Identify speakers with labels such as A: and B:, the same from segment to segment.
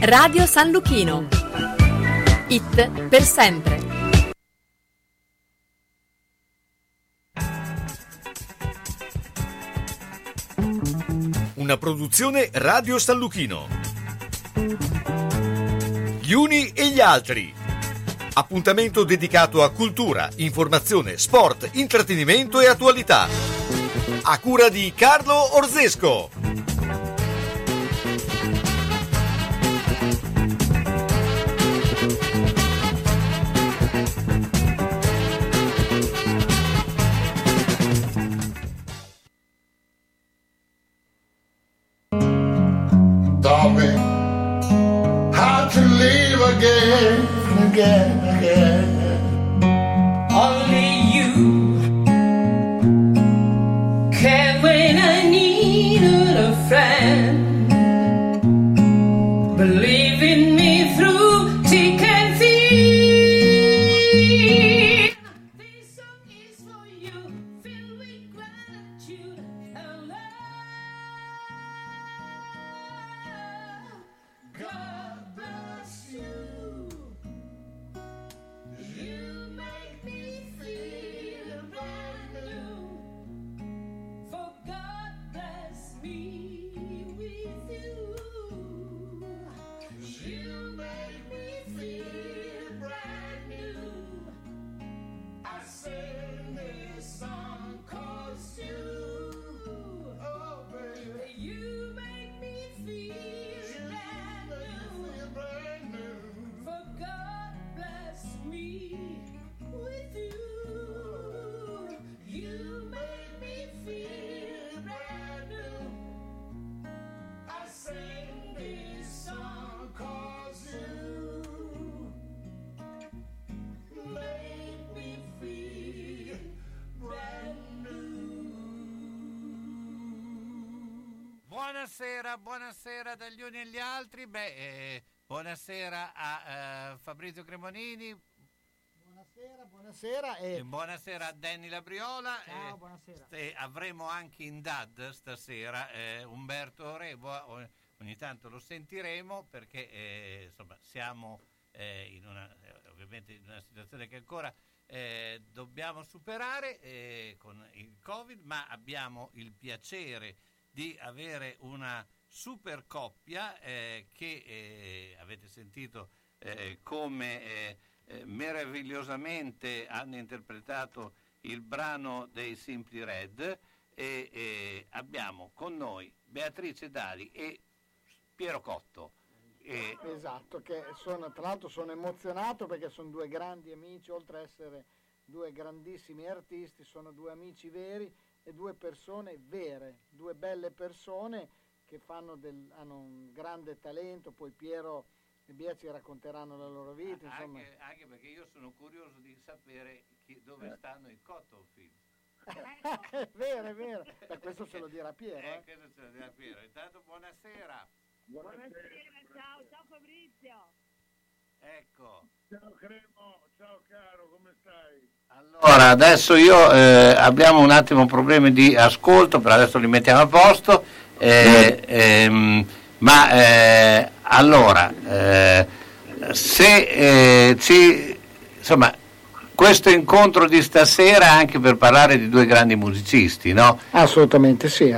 A: Radio San Luchino. It per sempre.
B: Una produzione Radio San Luchino. Gli uni e gli altri. Appuntamento dedicato a cultura, informazione, sport, intrattenimento e attualità. A cura di Carlo Orzesco.
C: How to live again.
D: Only you can when I needed a friend. Believe in me through thick and thin. This song is for you, filled with gratitude and love. God bless you. You make me feel brand new. For God bless me with you. You make me feel brand new. I sing this song 'cause you, oh baby, you make me feel brand new. For God bless me with you. You make me feel brand new. I sing this song 'cause you make me feel brand new.
E: Buonasera dagli uni e gli altri. Buonasera a Fabrizio Cremonini.
F: Buonasera
E: E buonasera a Danny Labriola.
F: Ciao, buonasera.
E: Avremo anche in DAD stasera Umberto Reboa. Ogni tanto lo sentiremo perché insomma siamo ovviamente in una situazione che ancora dobbiamo superare con il Covid, ma abbiamo il piacere di avere una super coppia che avete sentito come meravigliosamente hanno interpretato il brano dei Simply Red e abbiamo con noi Beatrice Dali e Piero Cotto.
F: Esatto, che tra l'altro sono emozionato perché sono due grandi amici, oltre a essere due grandissimi artisti, sono due amici veri e due persone vere, due belle persone che hanno un grande talento. Poi Piero e Bea ci racconteranno la loro vita, insomma.
E: Anche perché io sono curioso di sapere dove stanno i Cotton Films.
F: È vero, da questo se lo dirà Piero.
E: Questo ce lo dirà Piero. Intanto buonasera.
G: Buonasera, ciao Fabrizio.
E: Ecco.
C: Ciao Cremo, ciao caro, come stai?
E: Allora, adesso abbiamo un attimo problemi di ascolto, però adesso li mettiamo a posto. Allora, se insomma, questo incontro di stasera anche per parlare di due grandi musicisti, no?
F: Assolutamente sì.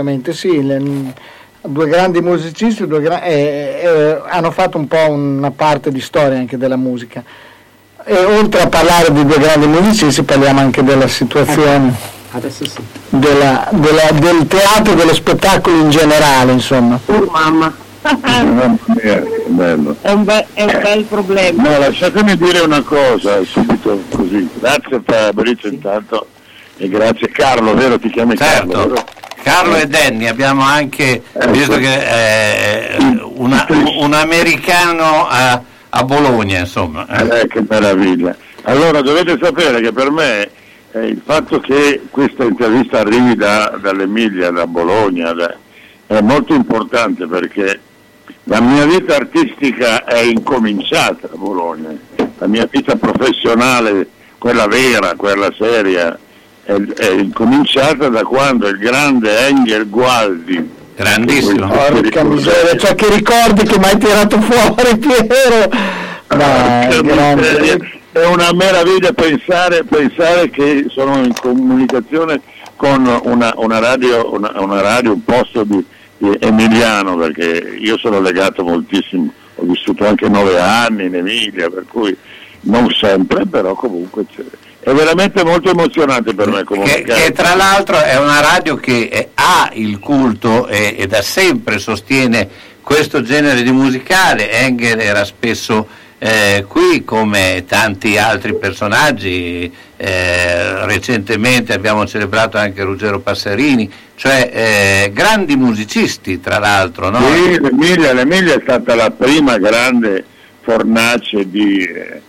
F: Due grandi musicisti, hanno fatto un po' una parte di storia anche della musica. E oltre a parlare di due grandi musicisti parliamo anche della situazione
H: adesso sì.
F: del teatro e dello spettacolo in generale, insomma.
G: Mamma.
C: Bello.
G: È un bel problema.
C: No, lasciatemi dire una cosa subito così. Grazie Fabrizio intanto e grazie Carlo, vero? Ti chiami
E: Certo.
C: Carlo, vero?
E: Carlo e Danny, abbiamo anche visto che un americano a Bologna, insomma.
C: Che meraviglia. Allora dovete sapere che per me il fatto che questa intervista arrivi dall'Emilia, da Bologna, è molto importante perché la mia vita artistica è incominciata a Bologna, la mia vita professionale, quella vera, quella seria, è incominciata da quando il grande Engel Gualdi
E: Grandissimo.
F: Porca miseria, cioè che ricordi che mi hai tirato fuori, Piero. Dai, grande.
C: È una meraviglia pensare che sono in comunicazione con una radio, un posto di Emiliano, perché io sono legato moltissimo, ho vissuto anche 9 anni in Emilia, per cui non sempre, però comunque è veramente molto emozionante per me comunicare.
E: Che tra l'altro è una radio che ha il culto e da sempre sostiene questo genere di musicale. Engel era spesso qui, come tanti altri personaggi. Recentemente abbiamo celebrato anche Ruggero Passerini, cioè grandi musicisti tra l'altro, no?
C: Sì, l'Emilia è stata la prima grande fornace di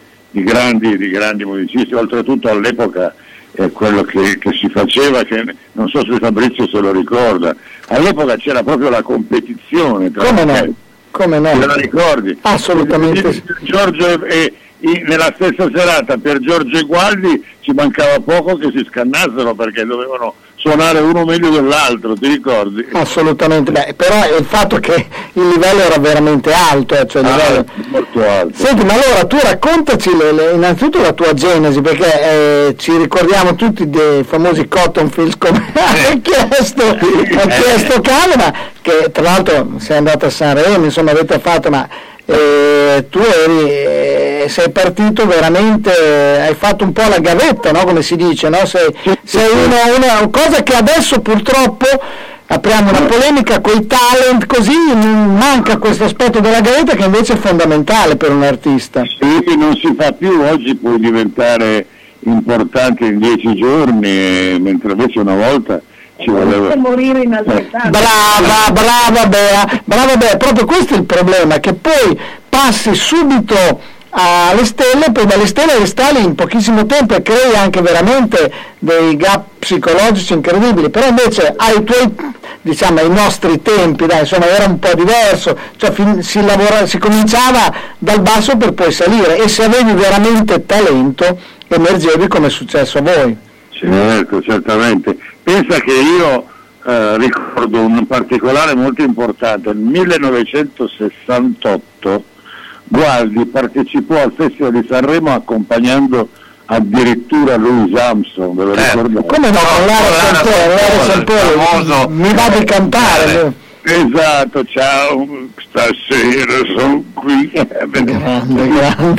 C: grandi musicisti, oltretutto all'epoca quello che si faceva, che non so se Fabrizio se lo ricorda, all'epoca c'era proprio la competizione tra
F: come no?
C: Te la ricordi?
F: Assolutamente sì.
C: Giorgio nella stessa serata per Giorgio e Gualdi ci mancava poco che si scannassero perché dovevano suonare uno meglio dell'altro, ti ricordi?
F: Assolutamente, però il fatto che il livello era veramente alto, cioè il livello...
C: molto alto.
F: Senti, ma allora tu raccontaci innanzitutto la tua genesi, perché ci ricordiamo tutti dei famosi Cotton Fields come ha chiesto Calma, che tra l'altro sei andato a Sanremo, insomma avete fatto, ma tu sei partito veramente, hai fatto un po' la gavetta, no? Come si dice, no? Sei una cosa che adesso purtroppo apriamo una polemica con i talent, così manca questo aspetto della gavetta che invece è fondamentale per un artista.
C: Sì, non si fa più, oggi puoi diventare importante in 10 giorni, mentre invece una volta ci voleva
G: morire in altrettanto.
F: Brava Bea, proprio questo è il problema, che poi passi subito alle stelle, poi dalle stelle restali in pochissimo tempo e crei anche veramente dei gap psicologici incredibili, però invece ai nostri tempi, dai, insomma era un po' diverso, cioè si cominciava dal basso per poi salire, e se avevi veramente talento emergevi, come è successo a voi.
C: Certo, certamente. Pensa che io ricordo un particolare molto importante. Nel 1968 Gualdi partecipò al Festival di Sanremo accompagnando addirittura Louis Armstrong, ve lo ricordate?
F: Come no, Lara Santoro, mi va di cantare.
C: Esatto, ciao, stasera sono qui.
F: Grande.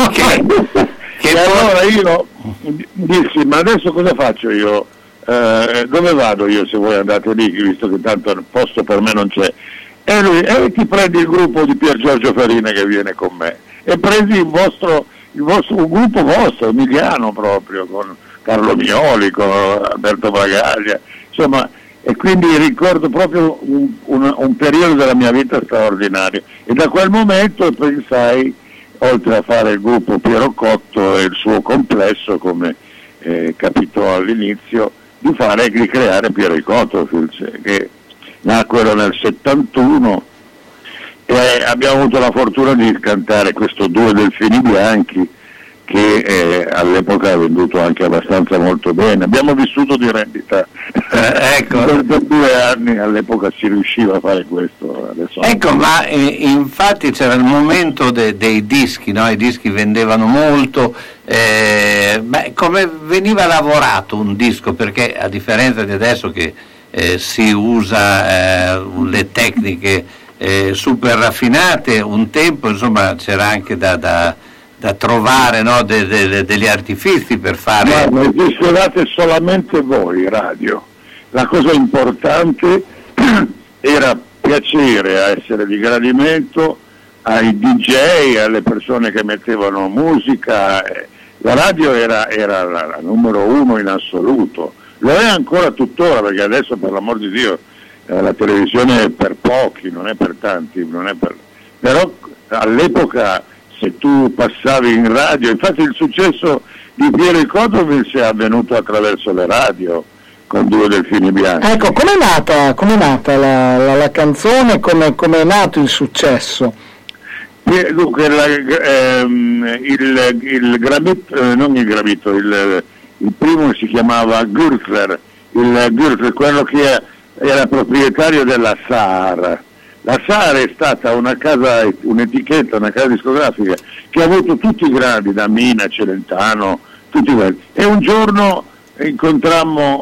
C: E allora io dissi, ma adesso cosa faccio io? Dove vado io se voi andate lì, visto che tanto posto per me non c'è? E lui, ti prendi il gruppo di Pier Giorgio Farina che viene con me, e prendi un gruppo vostro, Emiliano proprio, con Carlo Mioli, con Alberto Bragaglia, insomma, e quindi ricordo proprio un periodo della mia vita straordinario, e da quel momento pensai, oltre a fare il gruppo Piero Cotto e il suo complesso, come capitò all'inizio, di creare Piero e Cotto, che nacquero nel 71, e abbiamo avuto la fortuna di cantare questo Due Delfini Bianchi, che all'epoca ha venduto anche abbastanza molto bene. Abbiamo vissuto di rendita, ecco. Per 2 anni all'epoca si riusciva a fare questo. Adesso
E: ecco, ma infatti c'era il momento dei dischi, no? I dischi vendevano molto, come veniva lavorato un disco? Perché a differenza di adesso che si usa le tecniche super raffinate, un tempo insomma c'era anche da trovare, no, degli artifici per fare.
C: Ma gestionate solamente voi radio. La cosa importante era piacere, a essere di gradimento ai DJ, alle persone che mettevano musica. La radio era la numero 1 in assoluto, lo è ancora tuttora, perché adesso, per l'amor di Dio, la televisione è per pochi, non è per tanti, però all'epoca, se tu passavi in radio, infatti il successo di Piero e Cotto è avvenuto attraverso le radio, con Due Delfini Bianchi. Ecco,
F: com'è nata la canzone, come è nato il successo?
C: Dunque, il primo si chiamava Gürtler, quello che era proprietario della SAR. La SAR è stata una casa, un'etichetta, una casa discografica che ha avuto tutti i grandi, da Mina, Celentano, tutti quelli. E un giorno incontrammo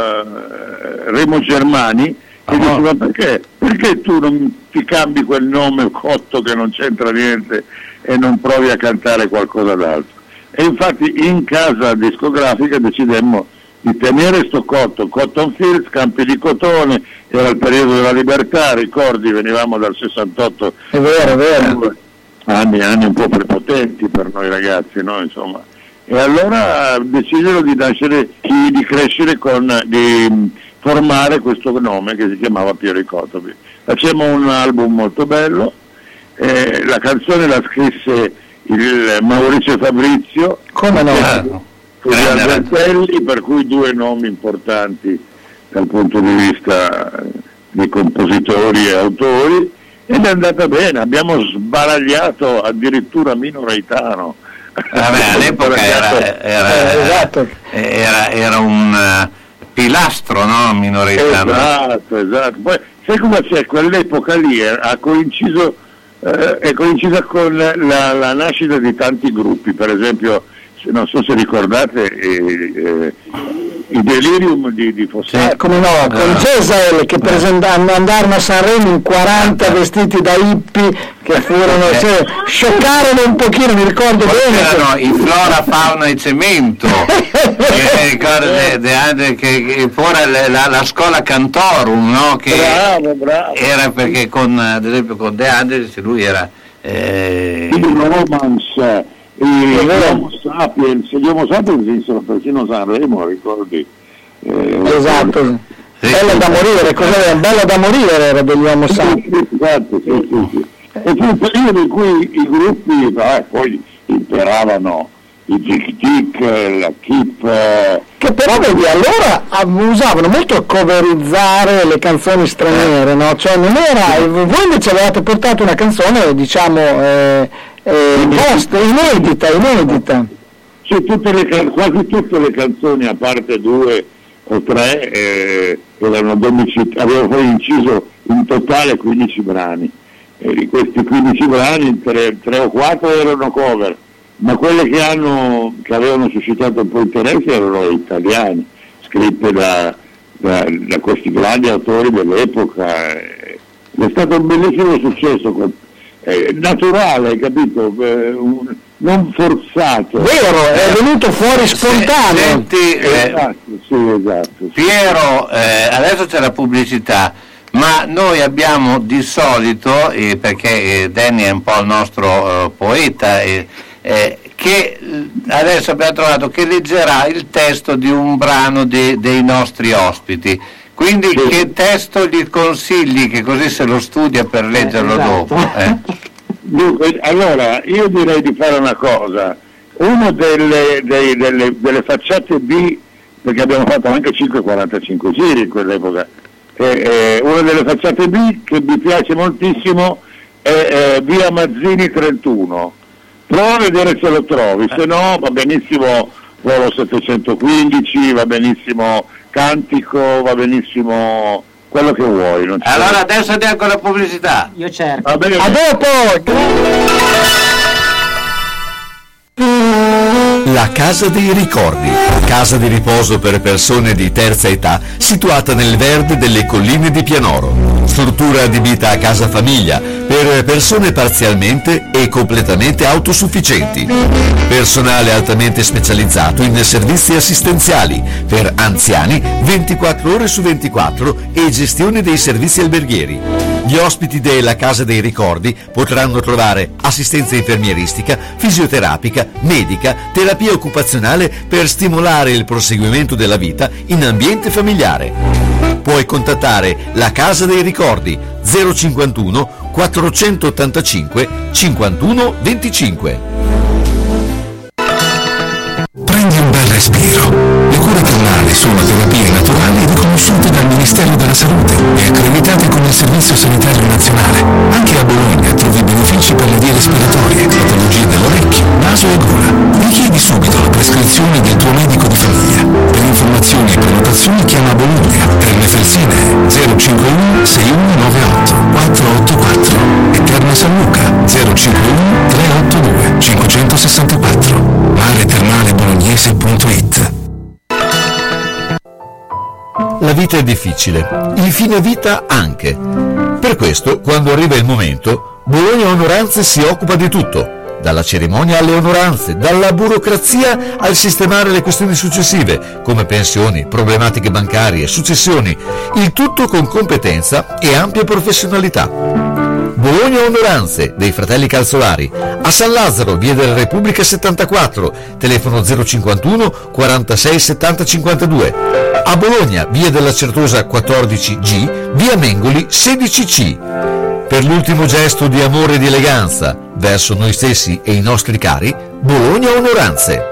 C: Remo Germani e diceva: perché tu non ti cambi quel nome cotto che non c'entra niente e non provi a cantare qualcosa d'altro? E infatti in casa discografica decidemmo di tenere sto Cotton Fields, Campi di Cotone, era il periodo della libertà, ricordi, venivamo dal 68,
F: È vero.
C: anni un po' prepotenti per noi ragazzi, no? Insomma. E allora decisero di crescere di formare questo nome che si chiamava Piero Cotobi. Facemmo un album molto bello, la canzone la scrisse il Maurizio Fabrizio,
F: Come no?
C: con gli Albertelli, per cui due nomi importanti dal punto di vista dei compositori e autori, ed è andata bene, abbiamo sbaragliato addirittura Mino Reitano.
E: Vabbè, all'epoca
F: Esatto.
E: era un pilastro, no? Mino Reitano.
C: Esatto. Poi sai cosa c'è? Quell'epoca lì è coincisa con la nascita di tanti gruppi, per esempio, non so se ricordate i Delirium di Fossati.
F: Come no, con Cesare che andarono a Sanremo in 40 vestiti da hippie che furono, scioccarono un pochino, mi ricordo bene.
E: Erano i Flora, Fauna e Cemento. Ricordo che pure la scuola Cantorum, no? Che
C: Bravo.
E: era perché ad esempio con De Angelis lui era
C: Il Romance, gli Homo Sapiens esistono persino a Sanremo, ricordi?
F: Esatto.
E: Sì.
F: Bello da morire, cos'era? Bello da morire era degli Homo Sapiens.
C: Esatto, sì. E fu un periodo in cui i gruppi poi imperavano i Tic Tic, la Kip,
F: Che però vedi, allora usavano molto a coverizzare le canzoni straniere, no? Cioè non era, voi invece avevate portato una canzone, diciamo, inedita.
C: Sì, quasi tutte le canzoni, a parte 2 o 3, avevo poi inciso in totale 15 brani. E di questi 15 brani 3 o 4 erano cover, ma quelle che avevano suscitato un po' interesse erano italiane, scritte da questi grandi autori dell'epoca. È stato un bellissimo successo, naturale, capito? Non forzato.
F: Vero, è venuto fuori spontaneo.
E: Senti,
C: esatto.
E: Piero, adesso c'è la pubblicità, ma noi abbiamo di solito, perché Danny è un po' il nostro poeta, che adesso abbiamo trovato che leggerà il testo di un brano dei nostri ospiti. Quindi
C: Sì.
E: Che testo gli consigli, che così se lo studia per leggerlo dopo?
C: Dunque, allora, io direi di fare una cosa. Una delle facciate B, perché abbiamo fatto anche 545 giri in quell'epoca, una delle facciate B che mi piace moltissimo è via Mazzini 31. Prova a vedere se lo trovi, se no va benissimo Volo 715, va benissimo Cantico, va benissimo quello che vuoi. Non c'è.
E: Allora adesso andiamo con la pubblicità.
G: Io cerco.
C: Va bene.
F: A dopo!
B: La Casa dei Ricordi, casa di riposo per persone di terza età, situata nel verde delle colline di Pianoro. Struttura adibita a casa famiglia, per persone parzialmente e completamente autosufficienti. Personale altamente specializzato in servizi assistenziali, per anziani 24 ore su 24 e gestione dei servizi alberghieri. Gli ospiti della Casa dei Ricordi potranno trovare assistenza infermieristica, fisioterapica, medica, terapia occupazionale per stimolare il proseguimento della vita in ambiente familiare. Puoi contattare la Casa dei Ricordi 051 485 51 25.
H: Prendi un bel respiro. Le cure termali sono terapie naturali riconosciute dal Ministero della Salute e accreditate con il Servizio Sanitario Nazionale. Anche a Bologna trovi benefici per le vie respiratorie, patologie dell'orecchio, naso e gola. Richiedi subito la prescrizione del tuo medico di famiglia. Per informazioni e prenotazioni chiama a Bologna per le Felsine
B: vita è difficile, il fine vita anche. Per questo, quando arriva il momento, Bologna Onoranze si occupa di tutto, dalla cerimonia alle onoranze, dalla burocrazia al sistemare le questioni successive, come pensioni, problematiche bancarie, successioni, il tutto con competenza e ampia professionalità. Bologna Onoranze dei fratelli Calzolari, a San Lazzaro, via della Repubblica 74, telefono 051 46 70 52. A Bologna, via della Certosa 14G, via Mengoli 16C. Per l'ultimo gesto di amore e di eleganza verso noi stessi e i nostri cari, Bologna Onoranze.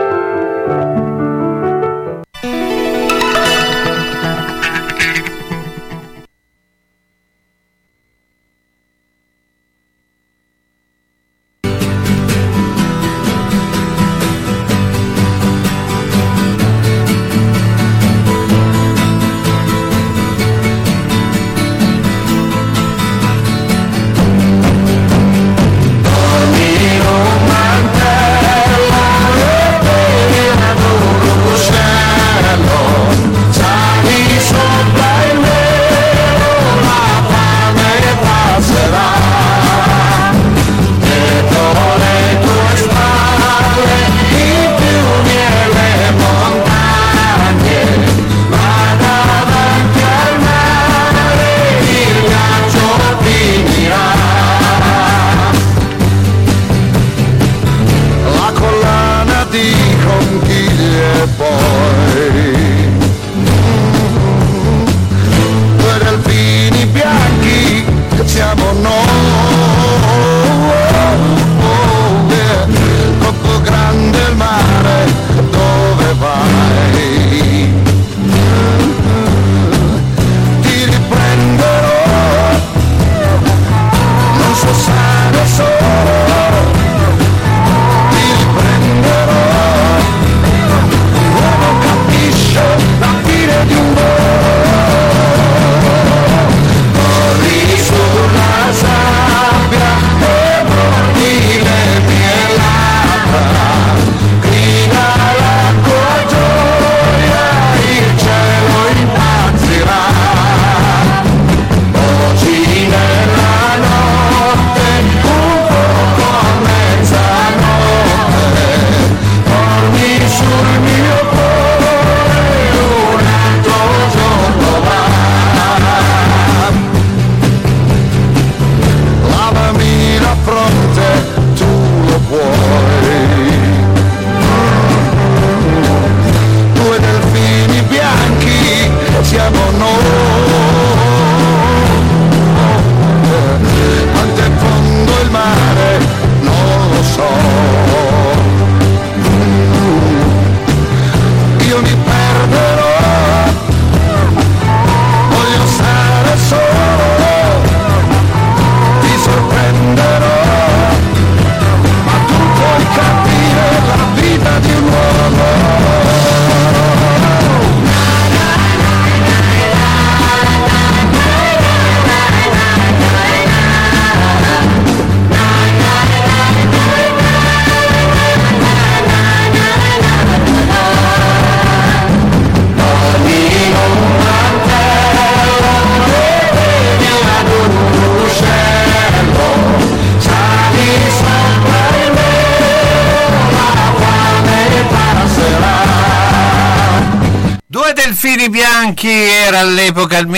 E: Delfini Bianchi era all'epoca il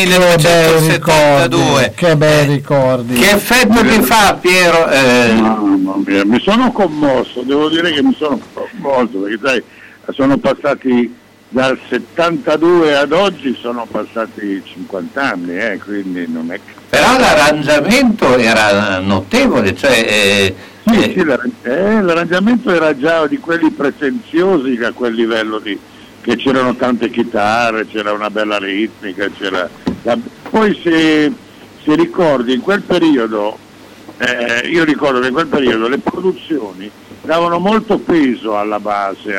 E: 1972.
F: Che bei ricordi.
E: Che effetto ti fa, Piero?
C: Mamma mia, mi sono commosso, devo dire che mi sono commosso, perché sai, sono passati dal 72 ad oggi, sono passati 50 anni, quindi non è che...
E: Però l'arrangiamento era notevole, cioè...
C: Sì, l'arrangiamento era già di quelli pretenziosi a quel livello che c'erano tante chitarre, c'era una bella ritmica, poi se ricordi in quel periodo, io ricordo che in quel periodo le produzioni davano molto peso alla base,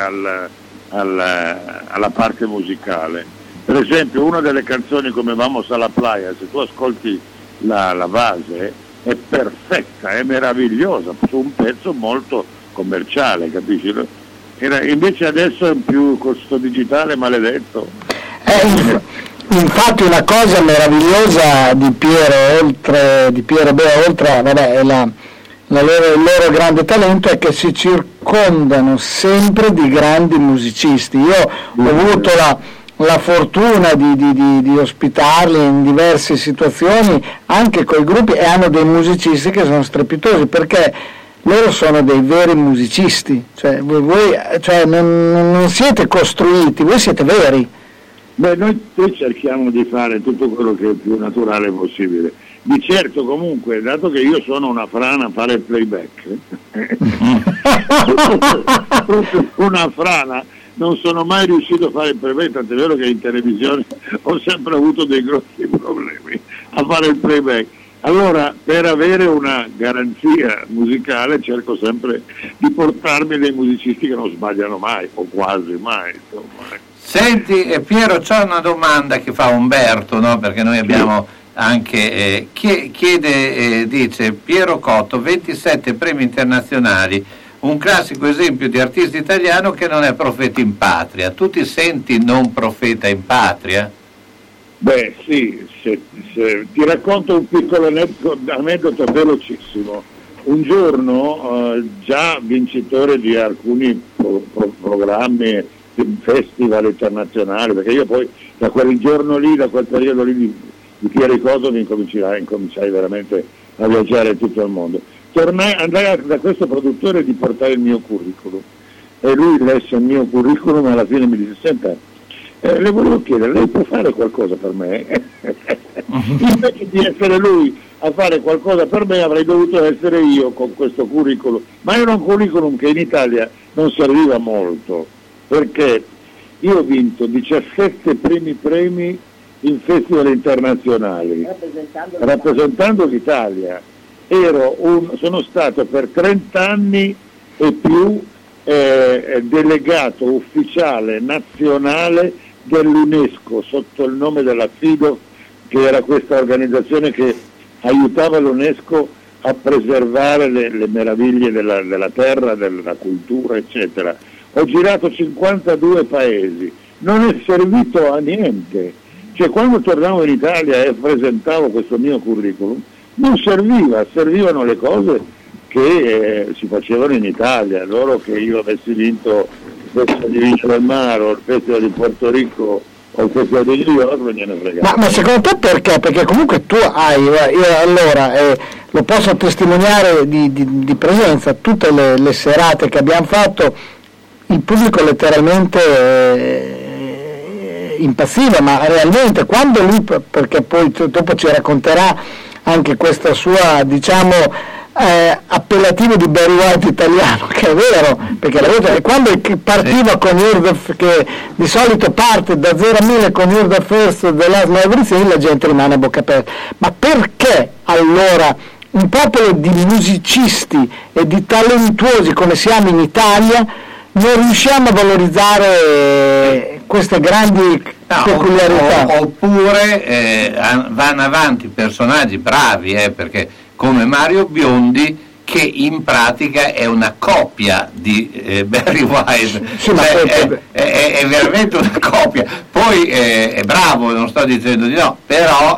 C: alla parte musicale. Per esempio una delle canzoni come Vamos a la Playa, se tu ascolti la base è perfetta, è meravigliosa, su un pezzo molto commerciale, capisci? Invece adesso è più con sto digitale maledetto.
F: Infatti una cosa meravigliosa di Piero Bea, oltre vabbè, il loro grande talento, è che si circondano sempre di grandi musicisti. Io ho avuto la fortuna di ospitarli in diverse situazioni, anche con i gruppi, e hanno dei musicisti che sono strepitosi, perché loro sono dei veri musicisti, cioè voi cioè non siete costruiti, voi siete veri.
C: Beh, noi cerchiamo di fare tutto quello che è più naturale possibile. Di certo, comunque, dato che io sono una frana a fare il playback, proprio una frana, non sono mai riuscito a fare il playback, tant'è vero che in televisione ho sempre avuto dei grossi problemi a fare il playback. Allora, per avere una garanzia musicale cerco sempre di portarmi dei musicisti che non sbagliano mai, o quasi mai, insomma.
E: Senti Piero, c'è una domanda che fa Umberto, no? Perché noi abbiamo anche chiede, dice Piero Cotto, 27 premi internazionali, un classico esempio di artista italiano che non è profeta in patria. Tu ti senti non profeta in patria?
C: Beh sì, ti racconto un piccolo aneddoto velocissimo. Un giorno, già vincitore di alcuni programmi, festival internazionali, perché io poi da quel giorno lì, da quel periodo lì di Piero Cotto incominciai veramente a viaggiare in tutto il mondo. Andai da questo produttore di portare il mio curriculum e lui lesse il mio curriculum e alla fine mi disse: senta, le volevo chiedere, lei può fare qualcosa per me? Invece di essere lui a fare qualcosa per me avrei dovuto essere io con questo curriculum, ma era un curriculum che in Italia non serviva molto, perché io ho vinto 17 premi in festival internazionali rappresentando l'Italia. Sono stato per 30 anni e più delegato ufficiale nazionale dell'UNESCO sotto il nome della FIDO, che era questa organizzazione che aiutava l'UNESCO a preservare le meraviglie della terra, della cultura, eccetera. Ho girato 52 paesi, non è servito a niente. Cioè, quando tornavo in Italia e presentavo questo mio curriculum, non servivano le cose che si facevano in Italia. Loro che io avessi vinto il Festival di Viña del Mar o il Festival di Porto Rico o il Festival di New York, non gliene fregava.
F: Ma secondo te perché? Perché comunque tu hai, lo posso testimoniare di presenza, tutte le serate che abbiamo fatto, il pubblico letteralmente impazziva, ma realmente quando lui, perché poi dopo ci racconterà anche questa sua, diciamo, appellativo di Barry White italiano, che è vero, perché quando partiva con You're the, che di solito parte da 0 a 1000 con You're the First, The Last, Everything, la gente rimane a bocca aperta. Ma perché allora un popolo di musicisti e di talentuosi come siamo in Italia non riusciamo a valorizzare queste grandi peculiarità?
E: Oppure vanno avanti personaggi bravi, perché come Mario Biondi, che in pratica è una copia di Barry White,
F: sì,
E: è veramente una copia. Poi è bravo, non sto dicendo di no, però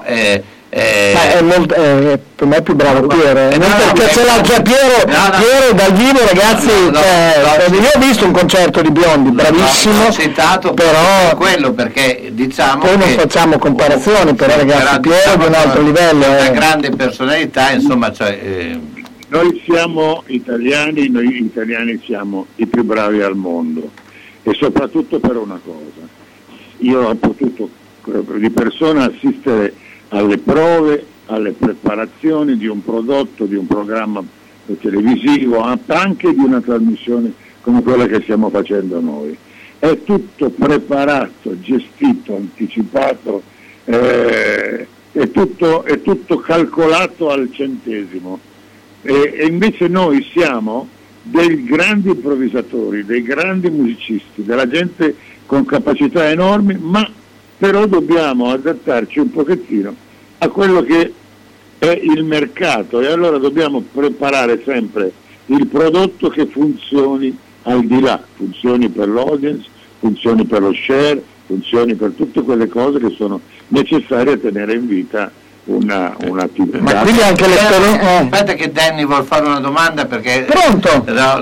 F: per me è più bravo Piero, perché ce l'ha già Piero dal vivo, ragazzi. Io ho visto un concerto di Biondi, bravissimo,
E: l'ho citato
F: però
E: quello, perché diciamo
F: poi non facciamo comparazioni, però ragazzi, Piero è di un altro livello,
E: una grande personalità, insomma, cioè,
C: noi siamo italiani, noi italiani siamo i più bravi al mondo, e soprattutto per una cosa: io ho potuto di persona assistere alle prove, alle preparazioni di un prodotto, di un programma televisivo, anche di una trasmissione come quella che stiamo facendo noi. È tutto preparato, gestito, anticipato, è tutto calcolato al centesimo. E invece noi siamo dei grandi improvvisatori, dei grandi musicisti, della gente con capacità enormi, ma però dobbiamo adattarci un pochettino a quello che è il mercato, e allora dobbiamo preparare sempre il prodotto che funzioni al di là, funzioni per l'audience, funzioni per lo share, funzioni, per tutte quelle cose che sono necessarie a tenere in vita un'attività.
F: Ma quindi anche
E: Aspetta che Danny vuol fare una domanda, perché
F: Pronto?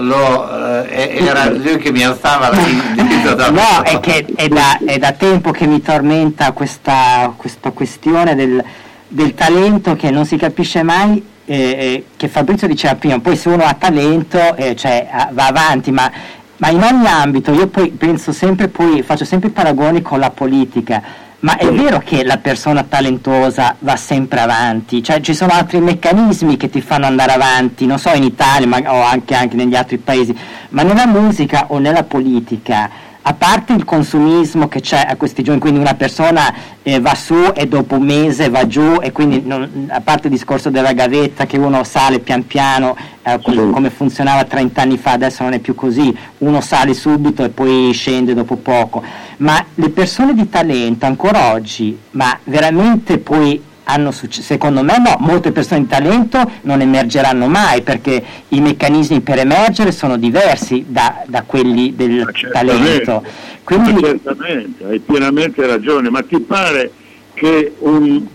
E: era lui che mi alzava il dito da...
I: No, è che è da tempo che mi tormenta questa questione del talento, che non si capisce mai, che Fabrizio diceva prima. Poi se uno ha talento va avanti, ma in ogni ambito. Io poi penso sempre, faccio sempre i paragoni con la politica. Ma è vero che la persona talentosa va sempre avanti? Cioè ci sono altri meccanismi che ti fanno andare avanti, non so, in Italia o anche negli altri paesi, ma nella musica o nella politica, a parte il consumismo che c'è a questi giorni, quindi una persona va su e dopo un mese va giù, e quindi a parte il discorso della gavetta che uno sale pian piano, come funzionava 30 anni fa, adesso non è più così, uno sale subito e poi scende dopo poco, ma le persone di talento ancora oggi, ma veramente poi secondo me no, molte persone di talento non emergeranno mai, perché i meccanismi per emergere sono diversi da quelli del talento. Quindi...
C: certamente, hai pienamente ragione, ma ti pare che un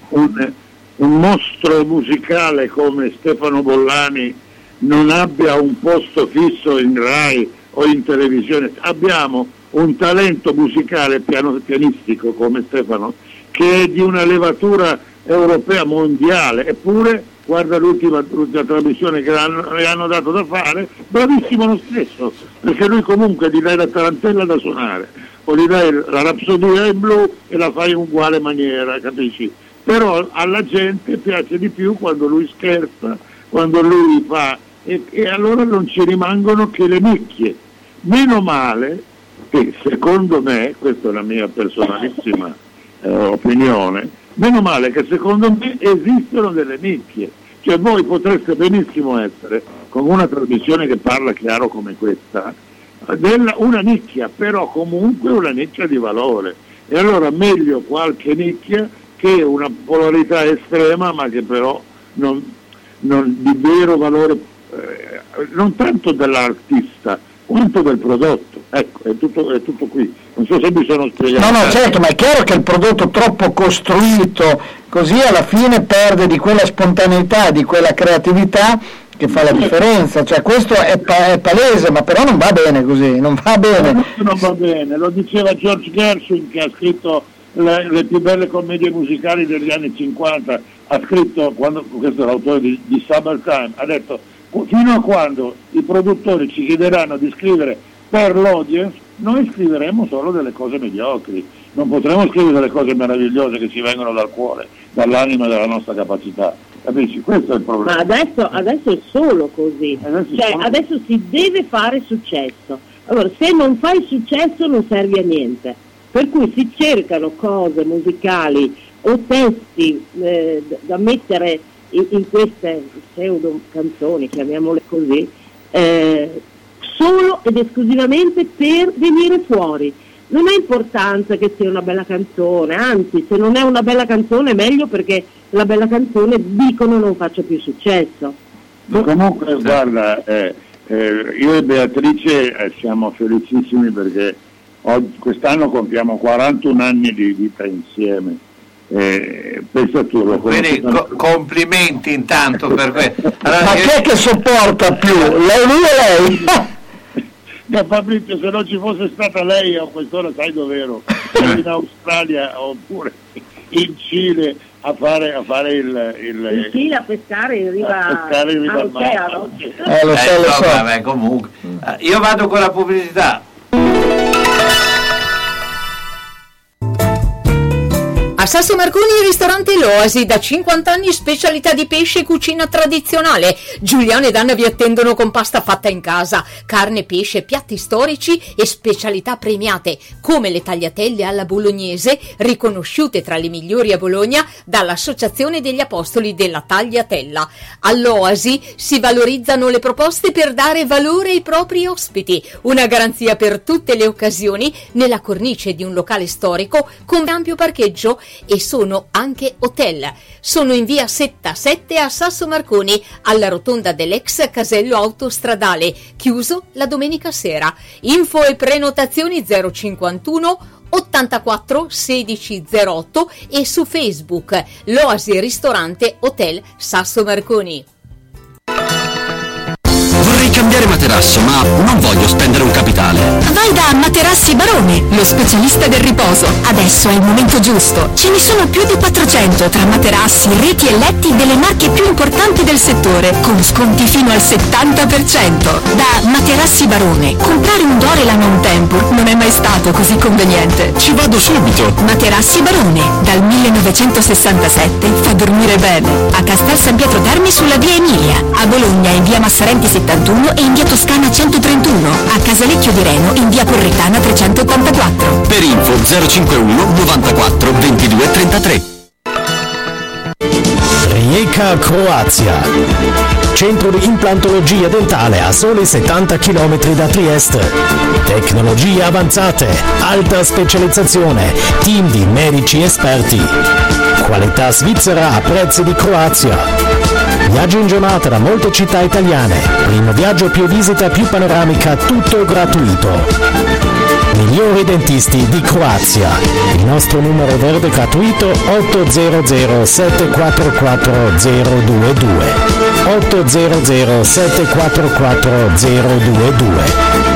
C: mostro musicale come Stefano Bollani non abbia un posto fisso in Rai o in televisione? Abbiamo un talento musicale pianistico come Stefano, che è di una levatura europea, mondiale, eppure guarda l'ultima trasmissione che le hanno dato da fare, bravissimo lo stesso, perché lui comunque gli dai la tarantella da suonare o gli dai la rapsodia in blu e la fai in uguale maniera, capisci? Però alla gente piace di più quando lui scherza, quando lui fa, e allora non ci rimangono che le nicchie. Meno male che, secondo me, questa è la mia personalissima opinione, meno male che secondo me esistono delle nicchie. Cioè voi potreste benissimo essere, con una trasmissione che parla chiaro come questa, una nicchia, però comunque una nicchia di valore. E allora meglio qualche nicchia che una polarità estrema, ma che però non di vero valore, non tanto dell'artista quanto del prodotto. Ecco, è tutto qui. Non so se mi sono spiegato.
F: No, certo, ma è chiaro che il prodotto troppo costruito così alla fine perde di quella spontaneità, di quella creatività che fa la differenza. Cioè questo è palese, ma però non va bene così, non va bene.
C: Non va bene, lo diceva George Gershwin, che ha scritto le più belle commedie musicali degli anni 50, ha scritto, questo è l'autore di Summertime, ha detto: fino a quando i produttori ci chiederanno di scrivere per l'audience, noi scriveremo solo delle cose mediocri, non potremo scrivere delle cose meravigliose che ci vengono dal cuore, dall'anima e dalla nostra capacità, capisci? Questo è il problema.
G: Ma adesso è solo così, adesso si deve fare successo. Allora, se non fai successo non servi a niente, per cui si cercano cose musicali o testi da mettere in queste pseudo canzoni, chiamiamole così, solo ed esclusivamente per venire fuori. Non ha importanza che sia una bella canzone, anzi, se non è una bella canzone è meglio, perché la bella canzone dicono non faccia più successo.
C: Comunque guarda, io e Beatrice siamo felicissimi perché quest'anno compiamo 41 anni di vita insieme. Pensa tu,
E: quindi complimenti intanto per questo. Allora,
F: ma chi è che sopporta più? Lui o lei?
C: No, Fabrizio, se non ci fosse stata lei a quest'ora sai dov'ero? In Australia oppure in Cile a fare
G: in Cile a pescare in riva al mare.
F: Lo so.
E: Vabbè, comunque io vado con la pubblicità.
A: A Sasso Marconi il ristorante L'Oasi, da 50 anni specialità di pesce e cucina tradizionale. Giuliano ed Anna vi attendono con pasta fatta in casa, carne, pesce, piatti storici e specialità premiate, come le tagliatelle alla bolognese, riconosciute tra le migliori a Bologna dall'Associazione degli Apostoli della Tagliatella. All'Oasi si valorizzano le proposte per dare valore ai propri ospiti, una garanzia per tutte le occasioni nella cornice di un locale storico con ampio parcheggio, e sono anche hotel. Sono in via Setta 7 a Sasso Marconi, alla rotonda dell'ex casello autostradale, chiuso la domenica sera. Info e prenotazioni 051 84 16 08 e su Facebook l'Oasi Ristorante Hotel Sasso Marconi.
J: Vorrei cambiare materasso, ma non voglio spendere un capitale.
K: Vai da Materassi Barone, lo specialista del riposo. Adesso è il momento giusto. Ce ne sono più di 400 tra materassi, reti e letti delle marche più importanti del settore, con sconti fino al 70%. Da Materassi Barone, comprare un Dorelan o un Tempur non è mai stato così conveniente.
J: Ci vado subito.
K: Materassi Barone, dal 1967 fa dormire bene. A Castel San Pietro Terme sulla via Emilia, a Bologna in via Massarenti 71 e in via Toscana 131, a Casalecchio di Reno in via Porretana 384.
J: Per info 051 94 22 33.
L: Rijeka, Croazia. Centro di implantologia dentale a soli 70 km da Trieste. Tecnologie avanzate, alta specializzazione, team di medici esperti. Qualità svizzera a prezzi di Croazia. Viaggio in giornata da molte città italiane. Primo viaggio più visita più panoramica, tutto gratuito. Migliori dentisti di Croazia. Il nostro numero verde gratuito 800 744 022. 800 744 022.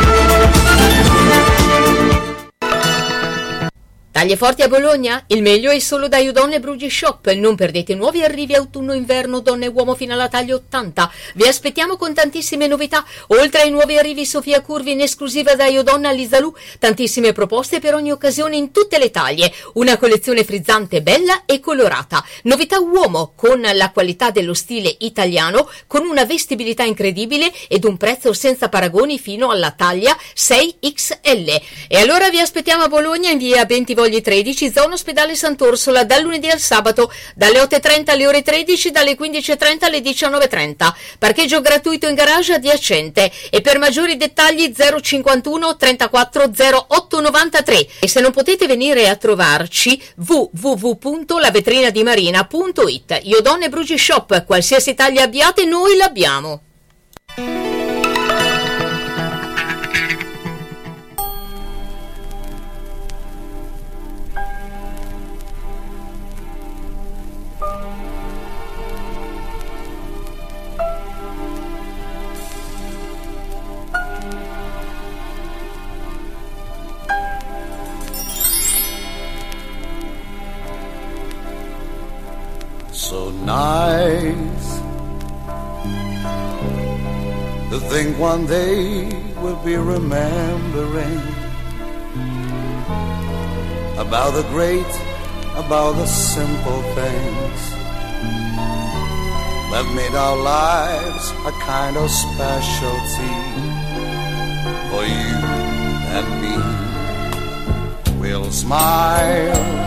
A: Taglie forti a Bologna? Il meglio è solo da Iudon e Brugi Shop. Non perdete nuovi arrivi autunno-inverno donna e uomo fino alla taglia 80. Vi aspettiamo con tantissime novità. Oltre ai nuovi arrivi Sofia Curvi in esclusiva da Iudon all'Isalù, tantissime proposte per ogni occasione in tutte le taglie. Una collezione frizzante bella e colorata. Novità uomo con la qualità dello stile italiano, con una vestibilità incredibile ed un prezzo senza paragoni fino alla taglia 6XL. E allora vi aspettiamo a Bologna in via Bentivogli 13, zona ospedale Sant'Orsola, dal lunedì al sabato, dalle 8:30 alle ore 13, dalle 15:30 alle 19:30. Parcheggio gratuito in garage adiacente. E per maggiori dettagli 051 34 08 93. E se non potete venire a trovarci, www.lavetrinadimarina.it. Iodon e Brugi Shop, qualsiasi taglia abbiate noi l'abbiamo.
M: So nice to think one day we'll be remembering about the great, about the simple things that made our lives a kind of specialty. For you and me, we'll smile,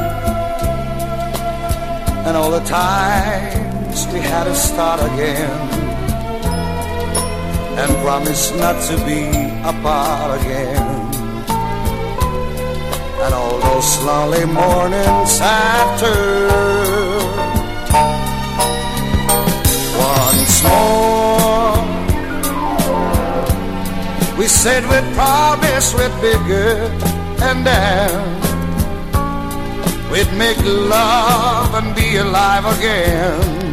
M: and all the times we had to start again, and promise not to be apart again, and all those lonely mornings after. Once more we said we'd promise we'd be good, and then we'd make love and be alive again.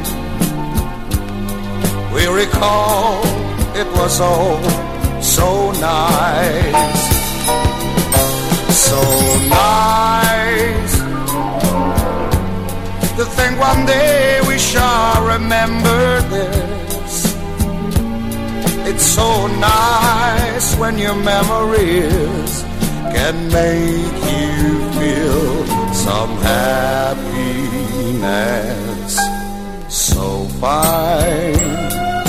M: We recall it was all so nice, so nice to think one day we shall remember this. It's so nice when your memories can make you feel some happiness so fine.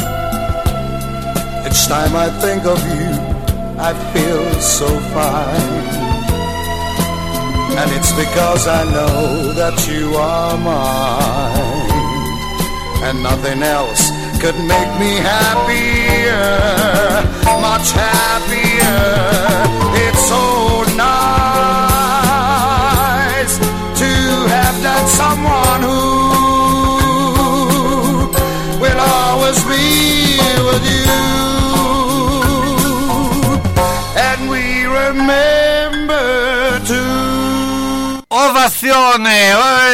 M: Each time I think of you, I feel so fine. And it's because I know that you are mine, and nothing else could make me happier, much happier. It's so nice to have that someone who will always be with you. And we remember to
E: Continuazione,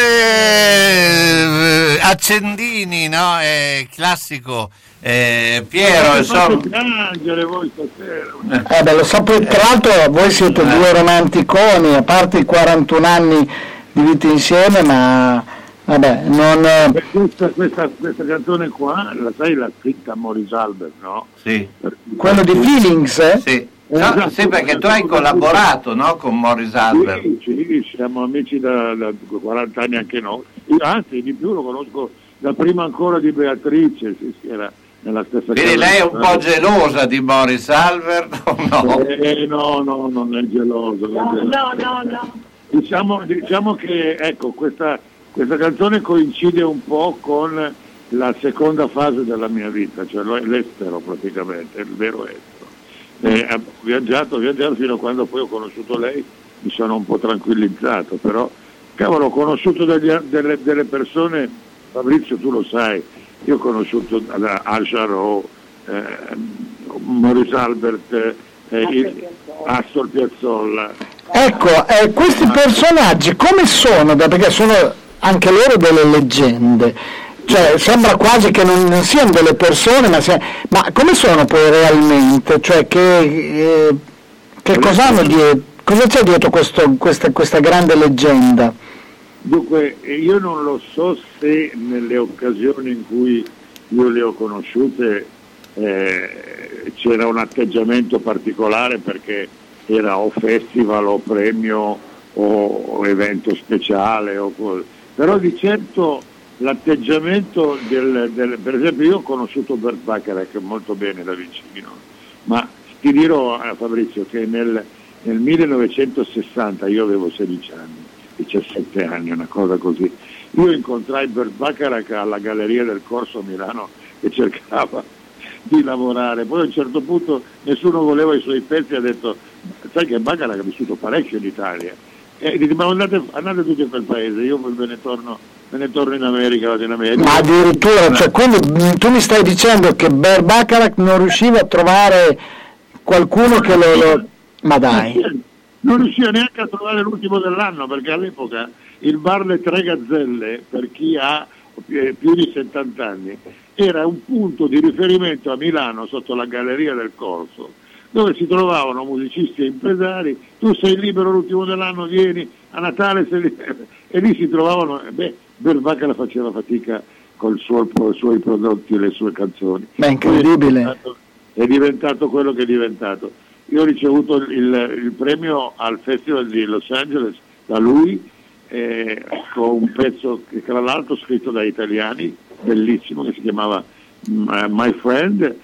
E: accendini, no? Classico. Piero, insomma.
C: Piangere voi stasera.
F: Lo sapevo, tra l'altro voi siete due romanticoni, a parte i 41 anni di vita insieme, ma vabbè, non...
C: Questa canzone qua, la sai, l'ha scritta Maurice Albert, no?
E: Sì.
F: Quello di Feelings?
E: Sì. No, sì, perché tu hai collaborato, no, con Maurice Albert.
C: Sì, siamo amici da 40 anni anche noi. Anzi, di più lo conosco da prima ancora di Beatrice, sì, era nella stessa
E: Quindi
C: casa.
E: lei è un po' gelosa di Maurice Albert o no?
C: No, non è geloso.
G: No.
C: Diciamo che ecco, questa canzone coincide un po' con la seconda fase della mia vita, cioè l'estero praticamente, il vero estero. Ho viaggiato fino a quando poi ho conosciuto lei, mi sono un po' tranquillizzato, però cavolo, ho conosciuto delle persone, Fabrizio tu lo sai, io ho conosciuto Al Jarreau, Maurice Albert, Astor Piazzolla.
F: Ecco, questi personaggi come sono? Perché sono anche loro delle leggende. Cioè, sembra quasi che non siano delle persone, ma come sono poi realmente? Cioè, che cosa hanno dietro? Cosa c'è dietro questa grande leggenda?
C: Dunque, io non lo so se nelle occasioni in cui io le ho conosciute c'era un atteggiamento particolare, perché era o festival o premio o evento speciale, però di certo l'atteggiamento per esempio io ho conosciuto Burt Bacharach molto bene da vicino, ma ti dirò Fabrizio che nel 1960 io avevo 16 anni, 17 anni, una cosa così, io incontrai Burt Bacharach alla Galleria del Corso a Milano che cercava di lavorare, poi a un certo punto nessuno voleva i suoi pezzi, ha detto sai che Bacharach ha vissuto parecchio in Italia, e dice ma andate tutti a quel paese, io poi me ne torno in America, vado in America.
F: Ma addirittura, cioè, quindi tu mi stai dicendo che Burt Bacharach non riusciva a trovare qualcuno che lo... Ma dai.
C: Non riusciva neanche a trovare l'ultimo dell'anno, perché all'epoca il bar Le Tre Gazzelle, per chi ha più di 70 anni, era un punto di riferimento a Milano sotto la Galleria del Corso, dove si trovavano musicisti e impresari. Tu sei libero l'ultimo dell'anno, vieni a Natale, e lì si trovavano. Burt Bacharach faceva fatica con i suoi prodotti e le sue canzoni.
F: Beh, incredibile.
C: È diventato quello che è diventato. Io ho ricevuto il premio al Festival di Los Angeles da lui, con un pezzo che tra l'altro scritto da italiani, bellissimo, che si chiamava My Friend,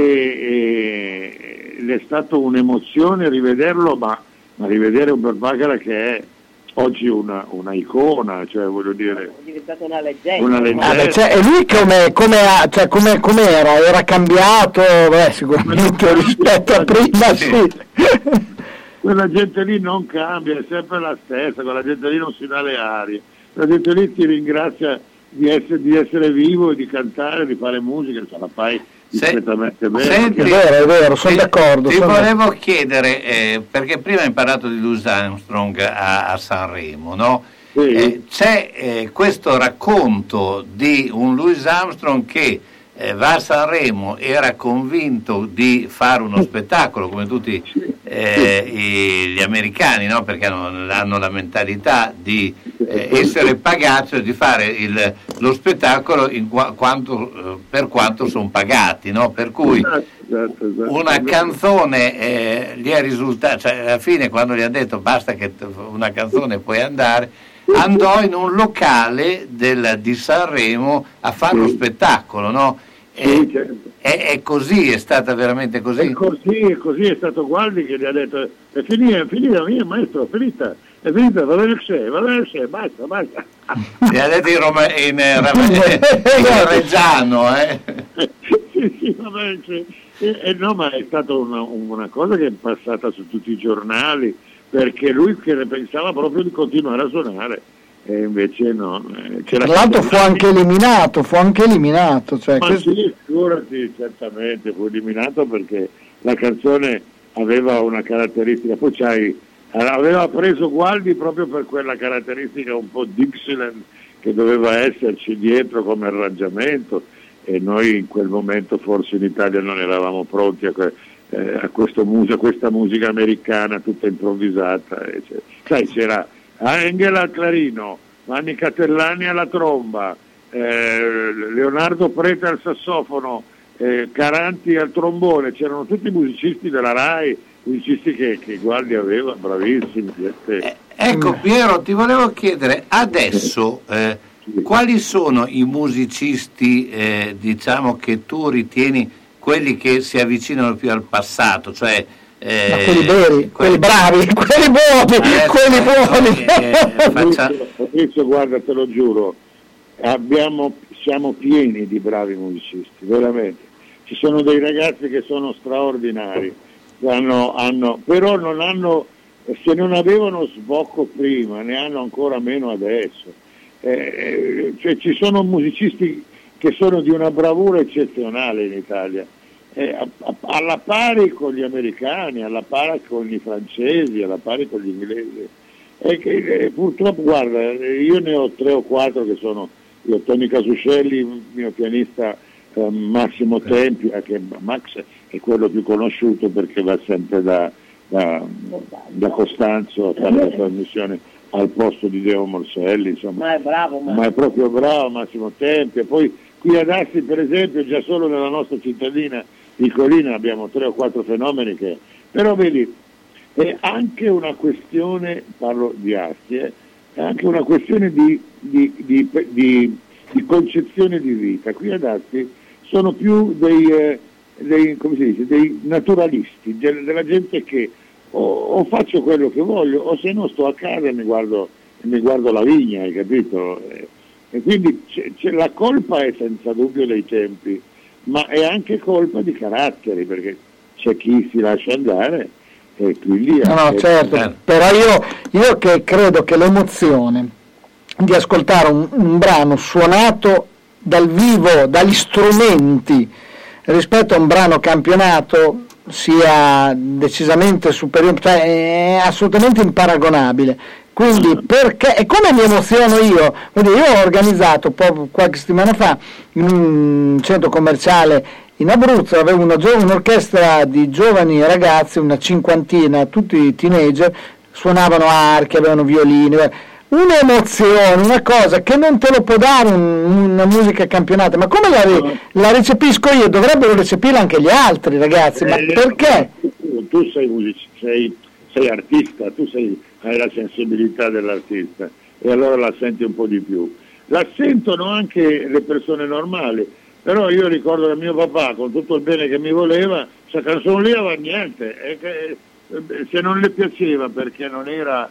C: ed è stato un'emozione rivederlo, ma rivedere un Burt Bacharach che è oggi una icona, cioè voglio dire,
G: è diventata una leggenda.
F: E lui come era cambiato, sicuramente rispetto a prima, sì.
C: Quella gente lì non cambia, è sempre la stessa, quella gente lì non si dà le arie, la gente lì ti ringrazia di essere vivo e di cantare, di fare musica, ce la fai discretamente bene.
E: Senti,
F: è vero, sono d'accordo.
E: Ti volevo chiedere, perché prima hai parlato di Louis Armstrong a Sanremo, no?
C: Sì.
E: C'è questo racconto di un Louis Armstrong che va a Sanremo, era convinto di fare uno spettacolo come tutti gli americani, no? Perché hanno la mentalità di essere pagati, cioè di fare lo spettacolo per quanto sono pagati, no? Per cui una canzone gli è risultata, cioè alla fine quando gli ha detto basta che una canzone puoi andare, andò in un locale di Sanremo a fare lo spettacolo, no? È così, è stata veramente così?
C: È così, è stato Gualdi che gli ha detto è finita mia maestro, è finita, va bene c'è, basta.
E: Gli ha detto in reggiano,
C: Sì, va bene c'è. No, ma è stata una cosa che è passata su tutti i giornali, perché lui che ne pensava proprio di continuare a suonare. E invece no.
F: Tra l'altro fu anche eliminato. Cioè,
C: sì, figurati, certamente fu eliminato perché la canzone aveva una caratteristica, poi c'hai aveva preso Gualdi proprio per quella caratteristica un po' Dixieland che doveva esserci dietro come arrangiamento, e noi in quel momento forse in Italia non eravamo pronti a questa musica americana tutta improvvisata. Sai, c'era Angela al clarino, Vanni Catellani alla tromba, Leonardo Prete al sassofono, Caranti al trombone, c'erano tutti musicisti della RAI, musicisti che Gualdi aveva, bravissimi.
E: Ecco Piero, ti volevo chiedere adesso quali sono i musicisti diciamo che tu ritieni quelli che si avvicinano più al passato, cioè
F: ma quelli veri, quelli bravi, quelli buoni,
C: Fabrizio, guarda, te lo giuro, siamo pieni di bravi musicisti, veramente. Ci sono dei ragazzi che sono straordinari, però non hanno, se non avevano sbocco prima, ne hanno ancora meno adesso. Cioè, ci sono musicisti che sono di una bravura eccezionale in Italia, alla pari con gli americani, alla pari con i francesi, alla pari con gli inglesi. Purtroppo, guarda, io ne ho 3 o 4 che sono Tony Casuscelli, il mio pianista, Massimo Tempia, che Max è quello più conosciuto perché va sempre da Costanzo a fare la trasmissione al posto di Deo Morselli, insomma.
G: Ma è bravo,
C: ma è proprio bravo Massimo Tempia. Poi qui ad Asti, per esempio, già solo nella nostra cittadina piccolina abbiamo 3 o 4 fenomeni che, però vedi, è anche una questione, parlo di Asti, è anche una questione di concezione di vita. Qui ad Asti sono più come si dice, dei naturalisti, della gente che o faccio quello che voglio, o se no sto a casa e mi guardo la vigna, hai capito? E quindi la colpa è senza dubbio dei tempi, ma è anche colpa di caratteri, perché c'è chi si lascia andare e quindi...
F: No, certo, però io che credo che l'emozione di ascoltare un brano suonato dal vivo, dagli strumenti, rispetto a un brano campionato sia decisamente superiore, cioè è assolutamente imparagonabile. Quindi perché, e come mi emoziono io ho organizzato qualche settimana fa in un centro commerciale in Abruzzo, avevo un'orchestra di giovani ragazzi, una cinquantina, tutti teenager, suonavano archi, avevano violini, un'emozione, una cosa che non te lo può dare una musica campionata. Ma come la recepisco io? Dovrebbero recepirla anche gli altri ragazzi, ma perché?
C: Tu sei artista, hai la sensibilità dell'artista e allora la senti un po' di più. La sentono anche le persone normali, però io ricordo che mio papà, con tutto il bene che mi voleva, questa canzone lì aveva niente, se non le piaceva perché non era...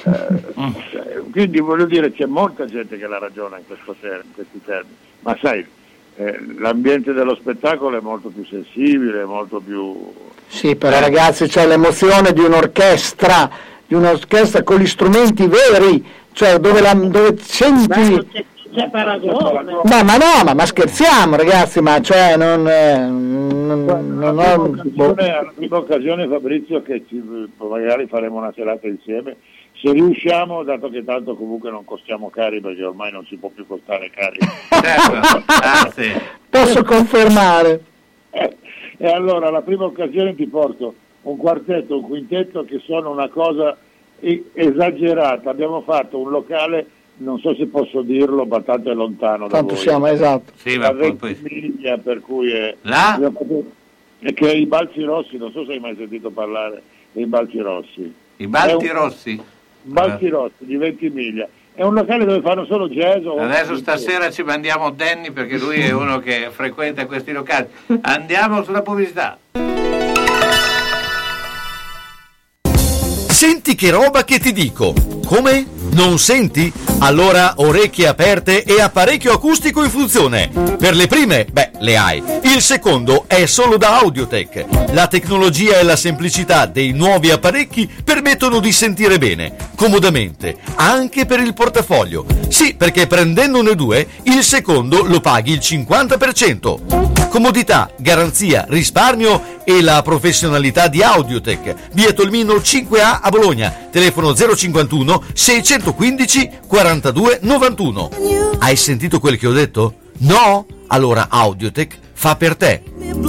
C: quindi voglio dire, c'è molta gente che la ragiona in questi termini, ma sai, l'ambiente dello spettacolo è molto più sensibile, molto più...
F: Sì, però ragazzi, c'è l'emozione di un'orchestra con gli strumenti veri, cioè dove senti...
G: C'è paragone.
F: Ma scherziamo ragazzi, ma cioè
C: la prima occasione, Fabrizio, che magari faremo una serata insieme, se riusciamo, dato che tanto comunque non costiamo cari, perché ormai non si può più costare cari.
E: Sì.
F: Posso confermare.
C: E allora la prima occasione ti porto un quartetto, un quintetto che sono una cosa esagerata. Abbiamo fatto un locale, non so se posso dirlo, ma tanto è lontano da voi.
F: Siamo, esatto.
E: Sì, ma poi...
C: miglia, per cui è che è i Balzi Rossi, non so se hai mai sentito parlare dei Balzi Rossi.
E: I Balzi Rossi?
C: Balzi Rossi di Ventimiglia. È un locale dove fanno solo jazz.
E: Adesso stasera ci mandiamo Danny perché lui è uno che frequenta questi locali. Andiamo sulla pubblicità.
B: Senti che roba che ti dico. Come? Non senti? Allora orecchie aperte e apparecchio acustico in funzione. Per le prime, le hai. Il secondo è solo da Audiotech. La tecnologia e la semplicità dei nuovi apparecchi permettono di sentire bene, comodamente, anche per il portafoglio. Sì, perché prendendone 2, il secondo lo paghi il 50%. Comodità, garanzia, risparmio e la professionalità di Audiotech, via Tolmino 5A a Bologna, telefono 051 615 42 91. Hai sentito quel che ho detto? No? Allora Audiotech fa per te.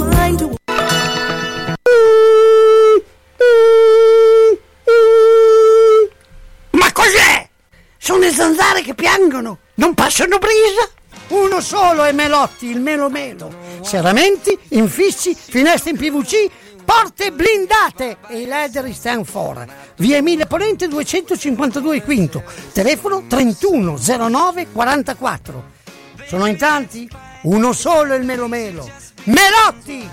N: Ma cos'è? Sono le zanzare che piangono, non passano brisa. Uno solo è Melotti, il Melo Melo. Serramenti, infissi, finestre in PVC, porte blindate e i leder stand for. Via Emilia Ponente 252 Quinto, telefono 3109 44. Sono in tanti? Uno solo è il Melo Melo. Melotti!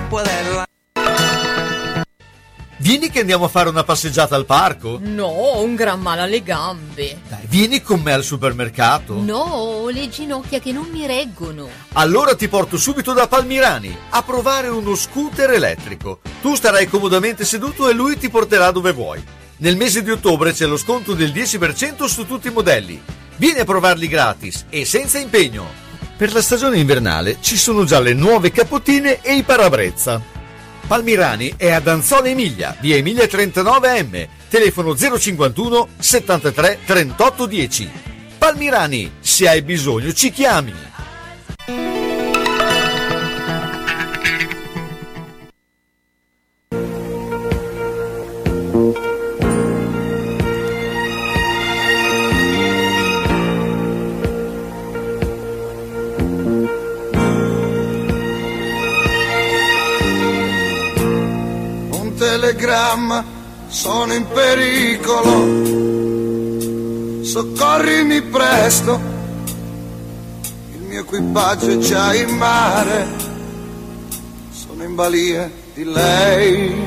B: Vieni che andiamo a fare una passeggiata al parco?
A: No, ho un gran male alle gambe.
B: Dai, vieni con me al supermercato.
A: No, ho le ginocchia che non mi reggono.
B: Allora ti porto subito da Palmirani a provare uno scooter elettrico. Tu starai comodamente seduto e lui ti porterà dove vuoi. Nel mese di ottobre c'è lo sconto del 10% su tutti i modelli. Vieni a provarli gratis e senza impegno. Per la stagione invernale ci sono già le nuove capotine e i parabrezza. Palmirani è ad Anzola Emilia, via Emilia 39M, telefono 051 73 38 10. Palmirani, se hai bisogno ci chiami.
M: Telegramma, sono in pericolo, soccorrimi presto, il mio equipaggio è già in mare, sono in balia di lei.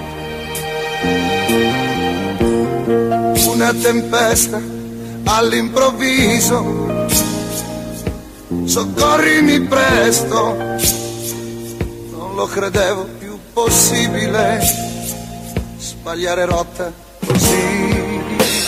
M: Una tempesta all'improvviso, soccorrimi presto, non lo credevo più possibile sbagliare rotta così.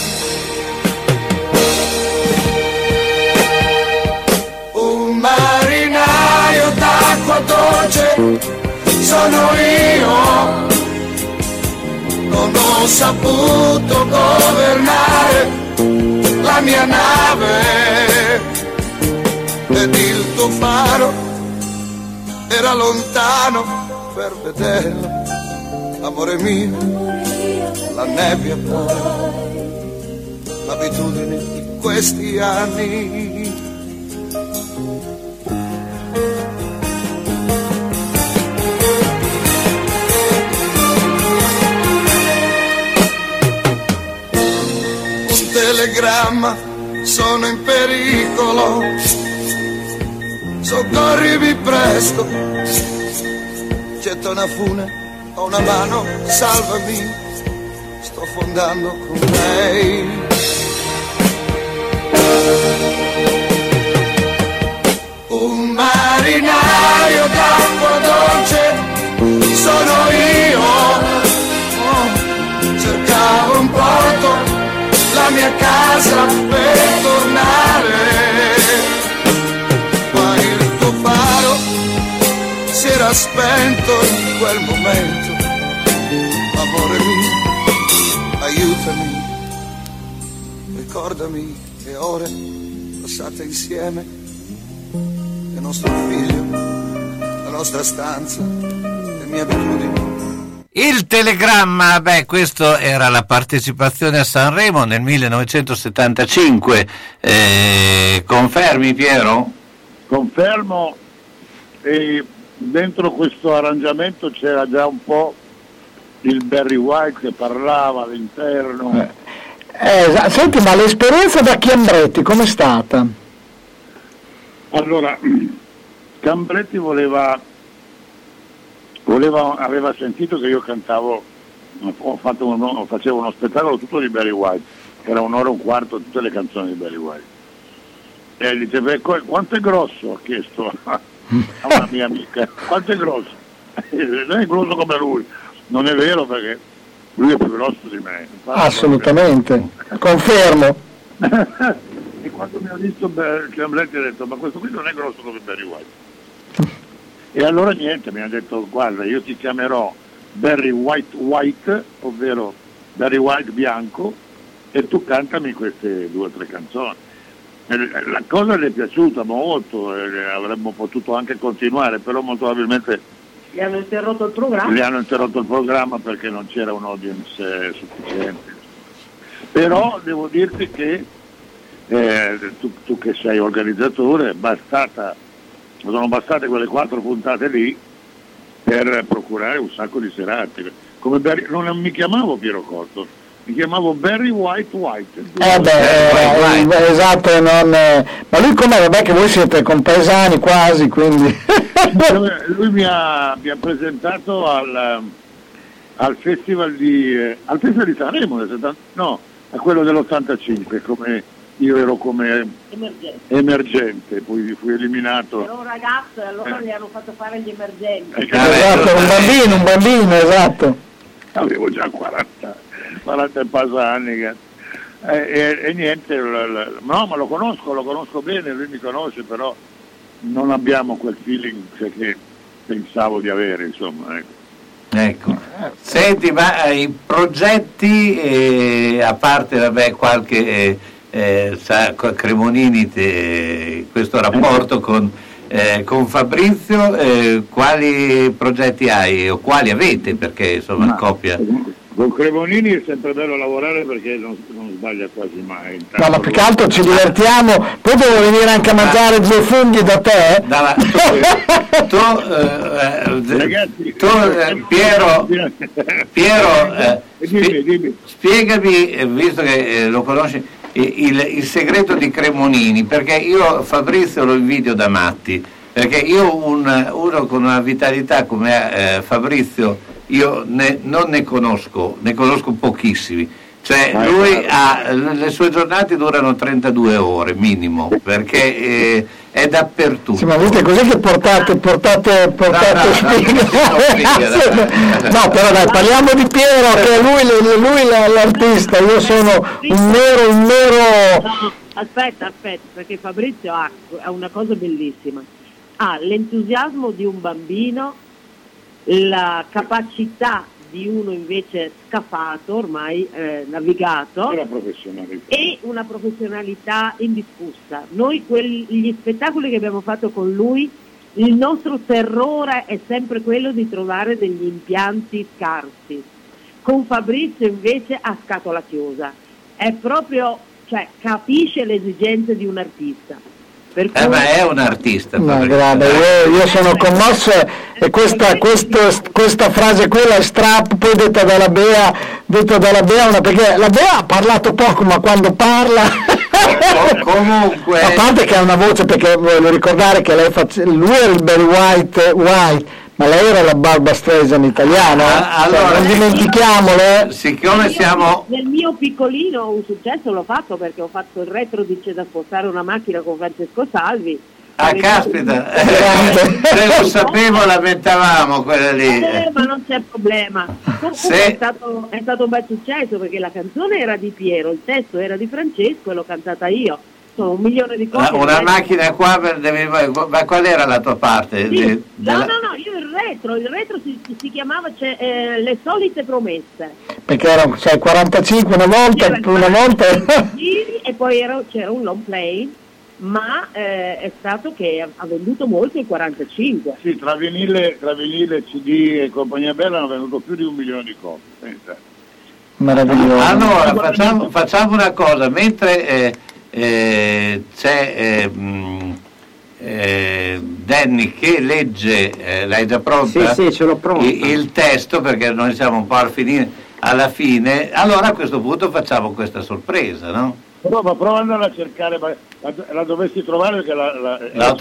M: Un marinaio d'acqua dolce sono io, non ho saputo governare la mia nave ed il tuo faro era lontano per vederlo, amore mio, la nebbia poi, l'abitudine di questi anni. Un telegramma, sono in pericolo, soccorrimi presto, getta una fune, ho una mano, salvami, sto affondando con lei. Un marinaio d'acqua dolce sono io, cercavo un porto, la mia casa per tornare, ma il tuo faro si era spento in quel momento. Amore mio, aiutami, ricordami che ore passate insieme, il nostro figlio, la nostra stanza, le mie abitudini.
E: Il telegramma, beh, questo era la partecipazione a Sanremo nel 1975. Confermi, Piero?
C: Confermo, e dentro questo arrangiamento c'era già un po' il Barry White che parlava all'interno.
F: Senti, ma l'esperienza da Chiambretti com'è stata?
C: Allora, Cambretti aveva sentito che io cantavo, facevo uno spettacolo tutto di Barry White, era un'ora e un quarto tutte le canzoni di Barry White, e dice, beh, quanto è grosso? Ha chiesto a una mia amica, quanto è grosso? Non è grosso come lui, non è vero, perché lui è più grosso di me.
F: Assolutamente, confermo.
C: E quando mi ha visto Cambretti ha detto, ma questo qui non è grosso come Barry White. E allora niente, mi ha detto guarda, io ti chiamerò Barry White, ovvero Barry White bianco, e tu cantami queste 2 o 3 canzoni. E la cosa le è piaciuta molto, avremmo potuto anche continuare, però molto probabilmente
G: Gli hanno interrotto il programma?
C: le hanno interrotto il programma perché non c'era un audience sufficiente. Però devo dirti che tu che sei organizzatore, sono bastate quelle 4 puntate lì per procurare un sacco di serate. Come non mi chiamavo Piero Cotto, mi chiamavo Barry White.
F: Esatto, ma lui com'è? Vabbè che voi siete compaesani quasi, quindi...
C: Lui mi ha presentato al festival di Sanremo, a quello dell'85, come io ero come emergente, poi fui eliminato.
G: Ero un ragazzo e allora gli hanno fatto fare gli emergenti.
F: Esatto, un bambino, esatto.
C: Avevo già 40 e passa anni. E niente, no, ma lo conosco bene, lui mi conosce, però non abbiamo quel feeling che pensavo di avere, insomma,
E: Ecco. Senti, ma i progetti, a parte vabbè qualche Cremonini, questo rapporto con Fabrizio, quali progetti hai o quali avete, perché insomma coppia?
C: Con Cremonini è sempre bello lavorare perché non sbaglia quasi mai.
F: No, ma più che altro ci divertiamo, poi devo venire anche a mangiare 2 funghi da te.
E: Piero, spiegami, visto che lo conosci, il segreto di Cremonini, perché io Fabrizio lo invidio da matti, perché io uno con una vitalità come Fabrizio io non ne conosco pochissimi, cioè lui le sue giornate durano 32 ore minimo, perché è dappertutto.
F: Sì, ma vedete così che portate Spiga. No, però dai, parliamo di Piero, che è lui l'artista, io sono un mero...
G: No, aspetta, perché Fabrizio ha una cosa bellissima, ha l'entusiasmo di un bambino, la capacità di uno invece scafato, ormai navigato, e una professionalità indiscussa. Noi gli spettacoli che abbiamo fatto con lui, il nostro terrore è sempre quello di trovare degli impianti scarsi. Con Fabrizio invece a scatola chiusa, è proprio, cioè capisce le esigenze di un artista.
E: Ma è un artista.
F: No, guarda, io sono commosso, e questa frase qui, la strap, poi detta dalla Bea, perché la Bea ha parlato poco, ma quando parla
E: comunque,
F: a parte che ha una voce, perché voglio ricordare che lui era il Barry White, ma lei era la Barbra Streisand italiana,
E: allora,
F: non dimentichiamolo.
E: Siccome siamo...
G: Nel mio piccolino un successo l'ho fatto, perché ho fatto il retro dice da spostare una macchina con Francesco Salvi.
E: Ah, caspita, se lo sapevo lamentavamo quella lì.
G: Ma non c'è problema. Comunque è stato un bel successo, perché la canzone era di Piero, il testo era di Francesco e l'ho cantata io. Sono 1 milione di cose.
E: Una macchina qua, ma qual era la tua parte?
G: Sì. No, io il retro si chiamava Le solite promesse.
F: Perché erano 45 una volta.
G: E poi c'era un long play, ma è stato che ha venduto molto il 45.
C: Sì, tra vinile, CD e compagnia bella hanno venduto più di 1 milione di copie.
F: Meraviglioso.
E: Allora facciamo una cosa, mentre c'è Danny che legge, l'hai già pronta?
I: Sì, ce l'ho pronta.
E: Il testo, perché noi siamo un po' alla fine, allora a questo punto facciamo questa sorpresa, no?
C: Ma prova ad andare a cercare, la dovessi trovare, perché
E: l'ho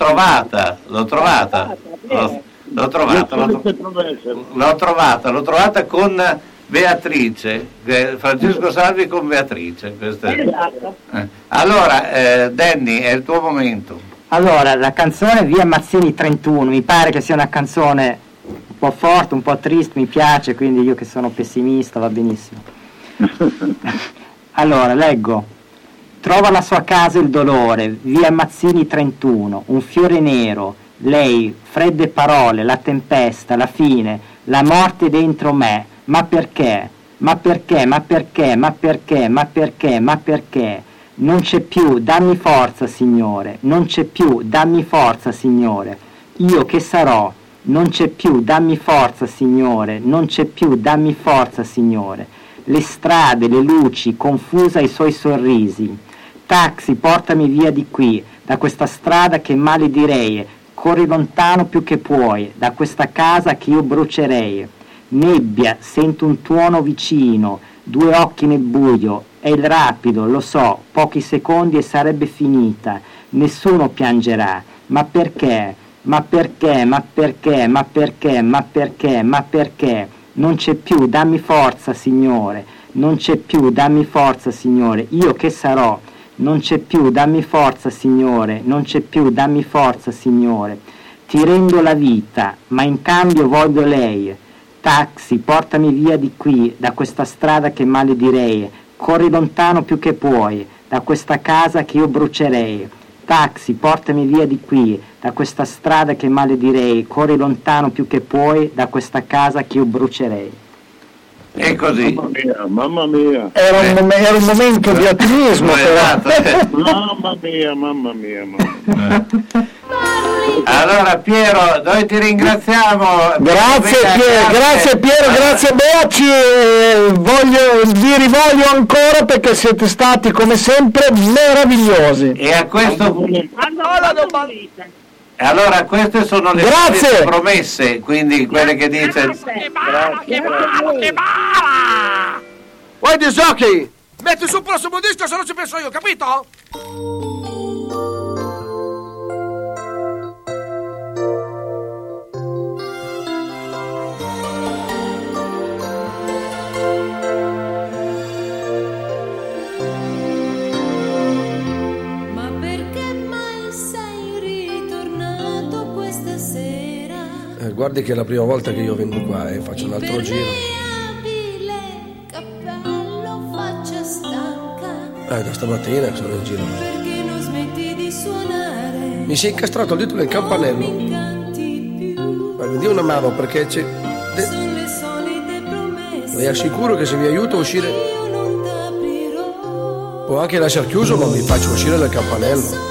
E: trovata con Beatrice, Francesco Salvi con Beatrice.
G: Esatto.
E: Allora, Danny, è il tuo momento.
I: Allora, la canzone Via Mazzini 31, mi pare che sia una canzone un po' forte, un po' triste, mi piace, quindi io che sono pessimista va benissimo. Allora, leggo. Trova la sua casa il dolore, via Mazzini 31, un fiore nero, lei, fredde parole, la tempesta, la fine, la morte dentro me. Ma perché? Ma perché? Ma perché? Ma perché? Ma perché? Ma perché? Non c'è più, dammi forza, Signore. Non c'è più, dammi forza, Signore. Io che sarò? Non c'è più, dammi forza, Signore. Non c'è più, dammi forza, Signore. Le strade, le luci, confusa i suoi sorrisi. Taxi, portami via di qui, da questa strada che maledirei. Corri lontano più che puoi, da questa casa che io brucerei. Nebbia, sento un tuono vicino, 2 occhi nel buio. È il rapido, lo so, pochi secondi e sarebbe finita. Nessuno piangerà. Ma perché? Ma perché? Ma perché? Ma perché? Ma perché? Ma perché? Non c'è più, dammi forza, Signore. Non c'è più, dammi forza, Signore. Io che sarò? Non c'è più, dammi forza, Signore. Non c'è più, dammi forza, Signore. Ti rendo la vita, ma in cambio voglio lei. Taxi, portami via di qui, da questa strada che maledirei. Corri lontano più che puoi, da questa casa che io brucerei. Taxi, portami via di qui, da questa strada che maledirei. Corri lontano più che puoi, da questa casa che io brucerei.
E: E così.
C: Mamma mia.
F: Era un momento di ottimismo, però.
C: Mamma mia.
E: Allora Piero, noi ti ringraziamo.
F: Grazie Piero, grazie Bocci, vi rivoglio ancora perché siete stati come sempre meravigliosi.
E: E a questo allora queste sono le promesse, quindi quelle che dice
O: Vuoi di Zocchi? Metti sul prossimo disco se non ci penso io, capito? Guardi che è la prima volta che io vengo qua e faccio un altro giro.
D: Cappello, faccia stanca.
O: Da stamattina che sono in giro.
D: Perché non smetti di suonare?
O: Mi si è incastrato il dito nel campanello. Ma mi dia una mano perché c'è.
D: Sono le solite promesse.
O: Le assicuro che se vi aiuto a uscire. Può anche lasciar chiuso, ma mi faccio uscire dal campanello.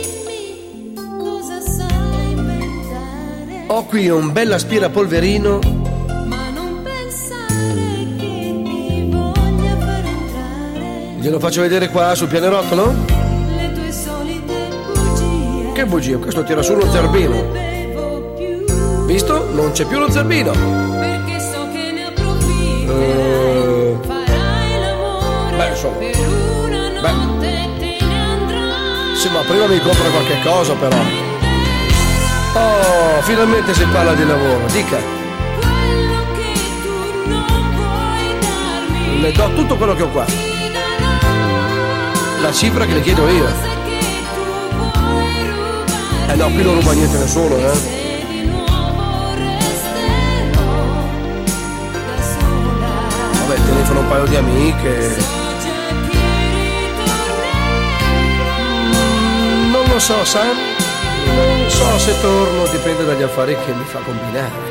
O: Ho qui un bel aspirapolverino.
D: Ma non pensare che ti voglia far entrare.
O: Glielo faccio vedere qua sul pianerottolo?
D: Le tue solite bugie.
O: Che bugia? Questo tira su uno zerbino. Visto? Non c'è più lo zerbino.
D: Perché so che ne approfitterai. Farai l'amore.
O: Beh, insomma.
D: Per una notte te ne andrai.
O: Sì, ma prima mi compra qualche cosa però. Oh, finalmente si parla di lavoro, dica.
D: Quello che tu non puoi darmi.
O: Le do tutto quello che ho qua. La cifra che le chiedo io. No, qui non ruba niente nessuno, Vabbè, telefono un paio di amiche. Non lo so, sa? Non so se torno, dipende dagli affari che mi fa combinare.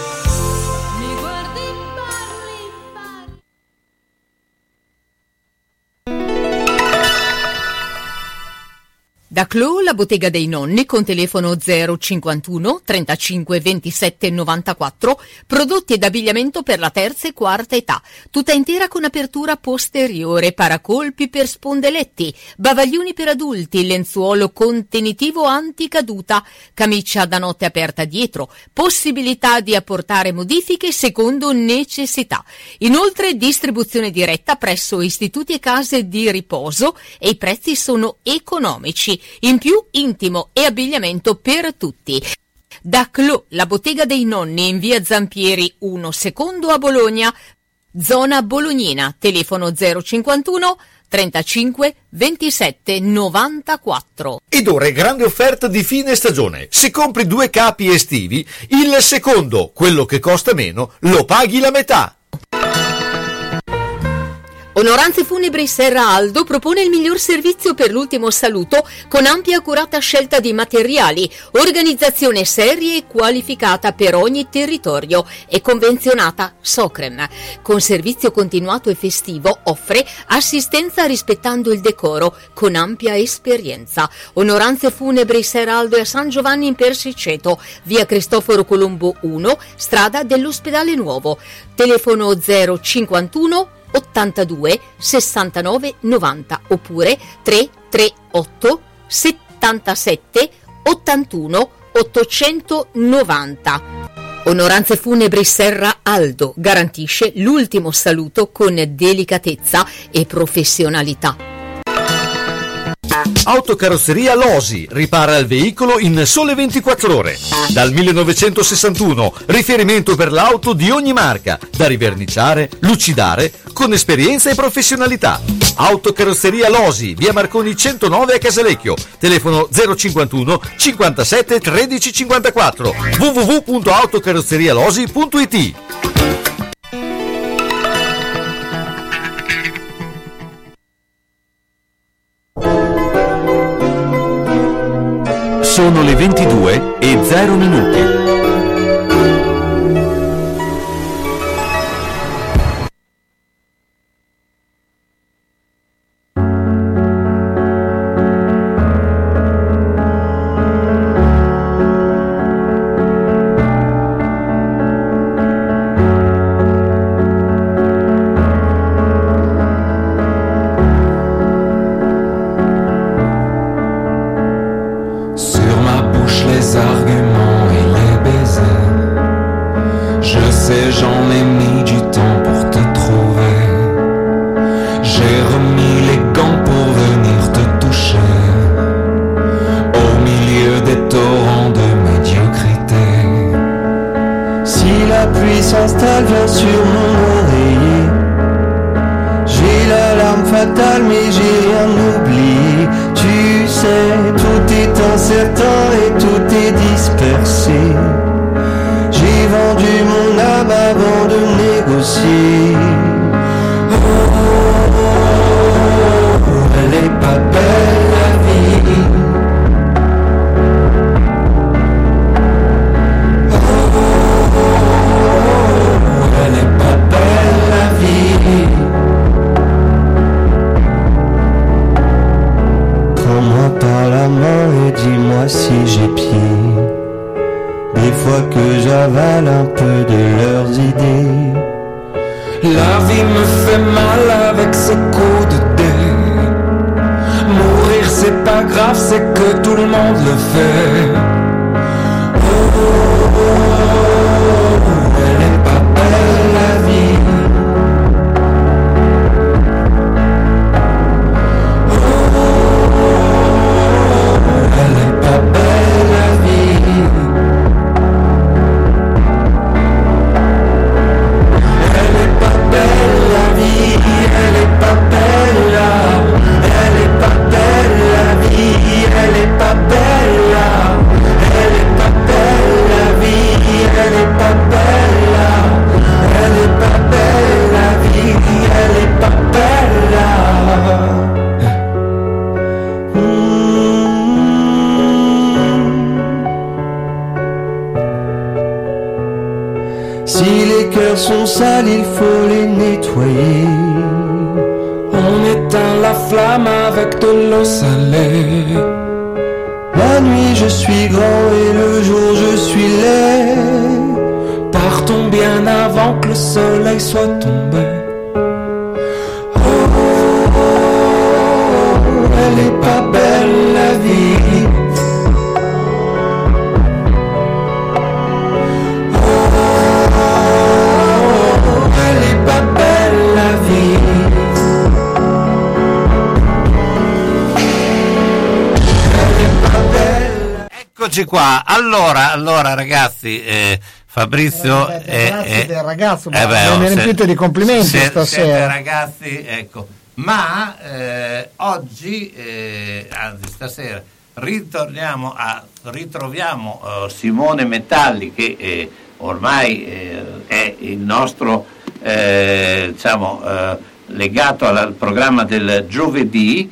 A: Da Clou, la bottega dei nonni, con telefono 051 35 27 94, prodotti ed abbigliamento per la terza e quarta età, tutta intera con apertura posteriore, paracolpi per spondeletti, bavaglioni per adulti, lenzuolo contenitivo anticaduta, camicia da notte aperta dietro, possibilità di apportare modifiche secondo necessità. Inoltre distribuzione diretta presso istituti e case di riposo e i prezzi sono economici. In più intimo e abbigliamento per tutti. Da Clou, la bottega dei nonni, in via Zampieri 1 secondo a Bologna, zona bolognina, telefono 051 35 27 94.
B: Ed ora è grande offerta di fine stagione. Se compri 2 capi estivi, il secondo, quello che costa meno, lo paghi la metà.
A: Onoranze Funebri Serra Aldo propone il miglior servizio per l'ultimo saluto con ampia e accurata scelta di materiali, organizzazione seria e qualificata per ogni territorio e convenzionata Socrem. Con servizio continuato e festivo offre assistenza rispettando il decoro con ampia esperienza. Onoranze Funebri Serra Aldo a San Giovanni in Persiceto, via Cristoforo Colombo 1, strada dell'Ospedale Nuovo. Telefono 051 82 69 90 oppure 338 77 81 890. Onoranze Funebri Serra Aldo garantisce l'ultimo saluto con delicatezza e professionalità.
B: Autocarrozzeria Losi ripara il veicolo in sole 24 ore. Dal 1961, riferimento per l'auto di ogni marca, da riverniciare, lucidare, con esperienza e professionalità. Autocarrozzeria Losi, via Marconi 109 a Casalecchio. Telefono 051 57 13 54. www.autocarrozzerialosi.it.
P: Sono le 22:00.
E: Qua, allora ragazzi, Fabrizio
F: grazie del ragazzo, mi ha riempito di complimenti stasera.
E: Siete ragazzi, ecco, ma oggi, anzi stasera, ritroviamo Simone Metalli, che ormai è il nostro legato al programma del giovedì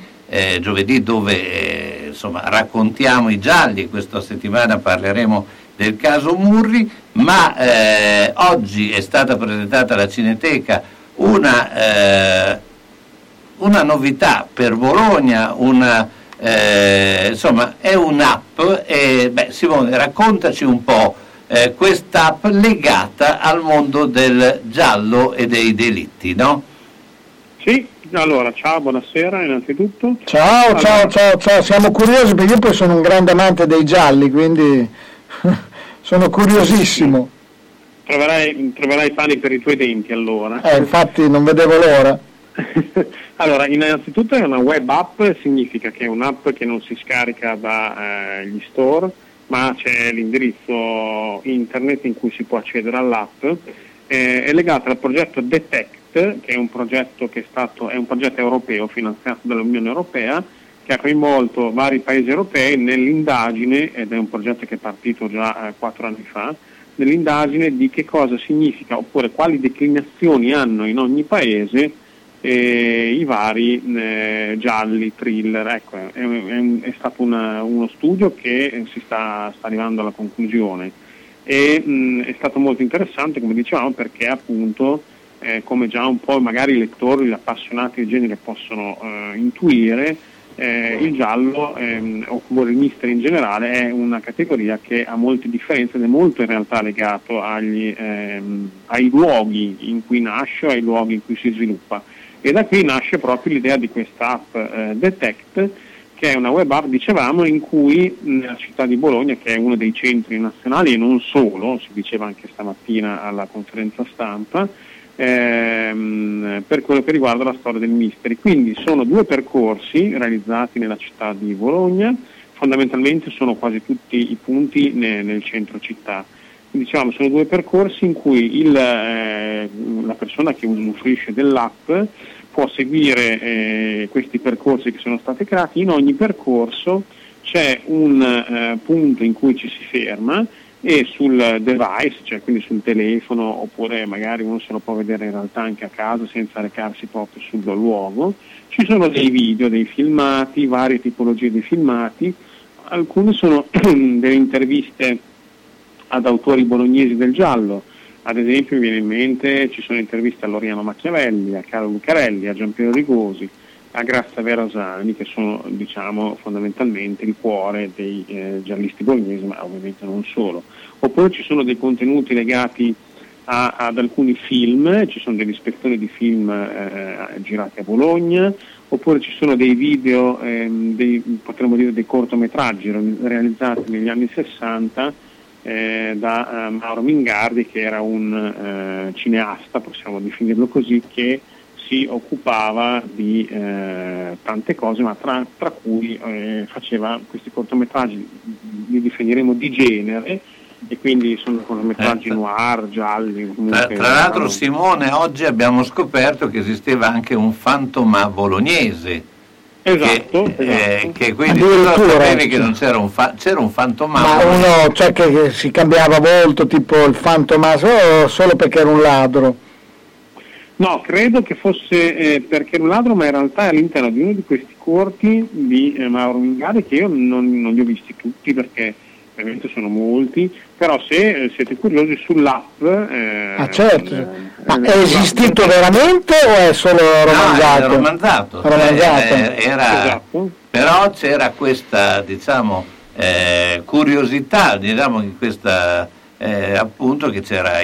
E: dove insomma raccontiamo i gialli. Questa settimana parleremo del caso Murri, ma oggi è stata presentata alla Cineteca una novità per Bologna, insomma è un'app, Simone, raccontaci un po' quest'app legata al mondo del giallo e dei delitti, no?
Q: Sì, allora ciao, buonasera innanzitutto.
F: Ciao, siamo curiosi perché io poi sono un grande amante dei gialli, quindi sono curiosissimo.
Q: Troverai pani per i tuoi denti allora.
F: Infatti non vedevo l'ora.
Q: Allora, innanzitutto è una web app, significa che è un'app che non si scarica dagli store, ma c'è l'indirizzo internet in cui si può accedere all'app. È legata al progetto Detect, che è un progetto europeo finanziato dall'Unione Europea, che ha coinvolto vari paesi europei nell'indagine, ed è un progetto che è partito già 4 anni fa, nell'indagine di che cosa significa oppure quali declinazioni hanno in ogni paese i vari gialli, thriller. Ecco, è stato uno studio che si sta arrivando alla conclusione e è stato molto interessante, come dicevamo, perché appunto come già un po' magari i lettori, gli appassionati di genere possono intuire, il giallo oppure il mystery in generale è una categoria che ha molte differenze ed è molto in realtà legato ai luoghi in cui nasce, ai luoghi in cui si sviluppa, e da qui nasce proprio l'idea di questa app Detect, che è una web app, dicevamo, in cui nella città di Bologna, che è uno dei centri nazionali e non solo, si diceva anche stamattina alla conferenza stampa, per quello che riguarda la storia del mystery. Quindi sono 2 percorsi realizzati nella città di Bologna, fondamentalmente sono quasi tutti i punti nel centro città. Quindi, diciamo, sono 2 percorsi in cui la persona che usufruisce dell'app può seguire questi percorsi che sono stati creati. In ogni percorso c'è un punto in cui ci si ferma e sul device, cioè quindi sul telefono, oppure magari uno se lo può vedere in realtà anche a casa senza recarsi proprio sul luogo, ci sono dei video, dei filmati, varie tipologie di filmati. Alcuni sono delle interviste ad autori bolognesi del giallo. Ad esempio mi viene in mente, ci sono interviste a Loriano Machiavelli, a Carlo Lucarelli, a Giampiero Rigosi, a Grazia Verasani, che sono, diciamo, fondamentalmente il cuore dei giallisti bolognesi, ma ovviamente non solo. Oppure ci sono dei contenuti legati ad alcuni film, ci sono delle ispezioni di film girati a Bologna, oppure ci sono dei video, potremmo dire dei cortometraggi realizzati negli anni 60 da Mauro Mingardi, che era un cineasta, possiamo definirlo così, che si occupava di tante cose, ma tra cui faceva questi cortometraggi, li definiremo di genere, e quindi sono cortometraggi noir, gialli.
E: Tra l'altro, Simone, oggi abbiamo scoperto che esisteva anche un fantoma bolognese.
Q: Esatto.
E: Che quindi tu sapevi che non c'era c'era un fantomatico.
F: Ma uno, cioè, che si cambiava volto, tipo il fantomaso, o solo perché era un ladro?
Q: No, credo che fosse perché era un ladro, ma in realtà è all'interno di uno di questi corti di Mauro Mingardi, che io non li ho visti tutti perché ovviamente sono molti, però se siete curiosi sull'app...
F: certo, ma è esistito veramente o è solo romanzato?
E: No, romanzato.
Q: Esatto.
E: Però c'era questa, diciamo, curiosità, diciamo, in questa appunto, che c'era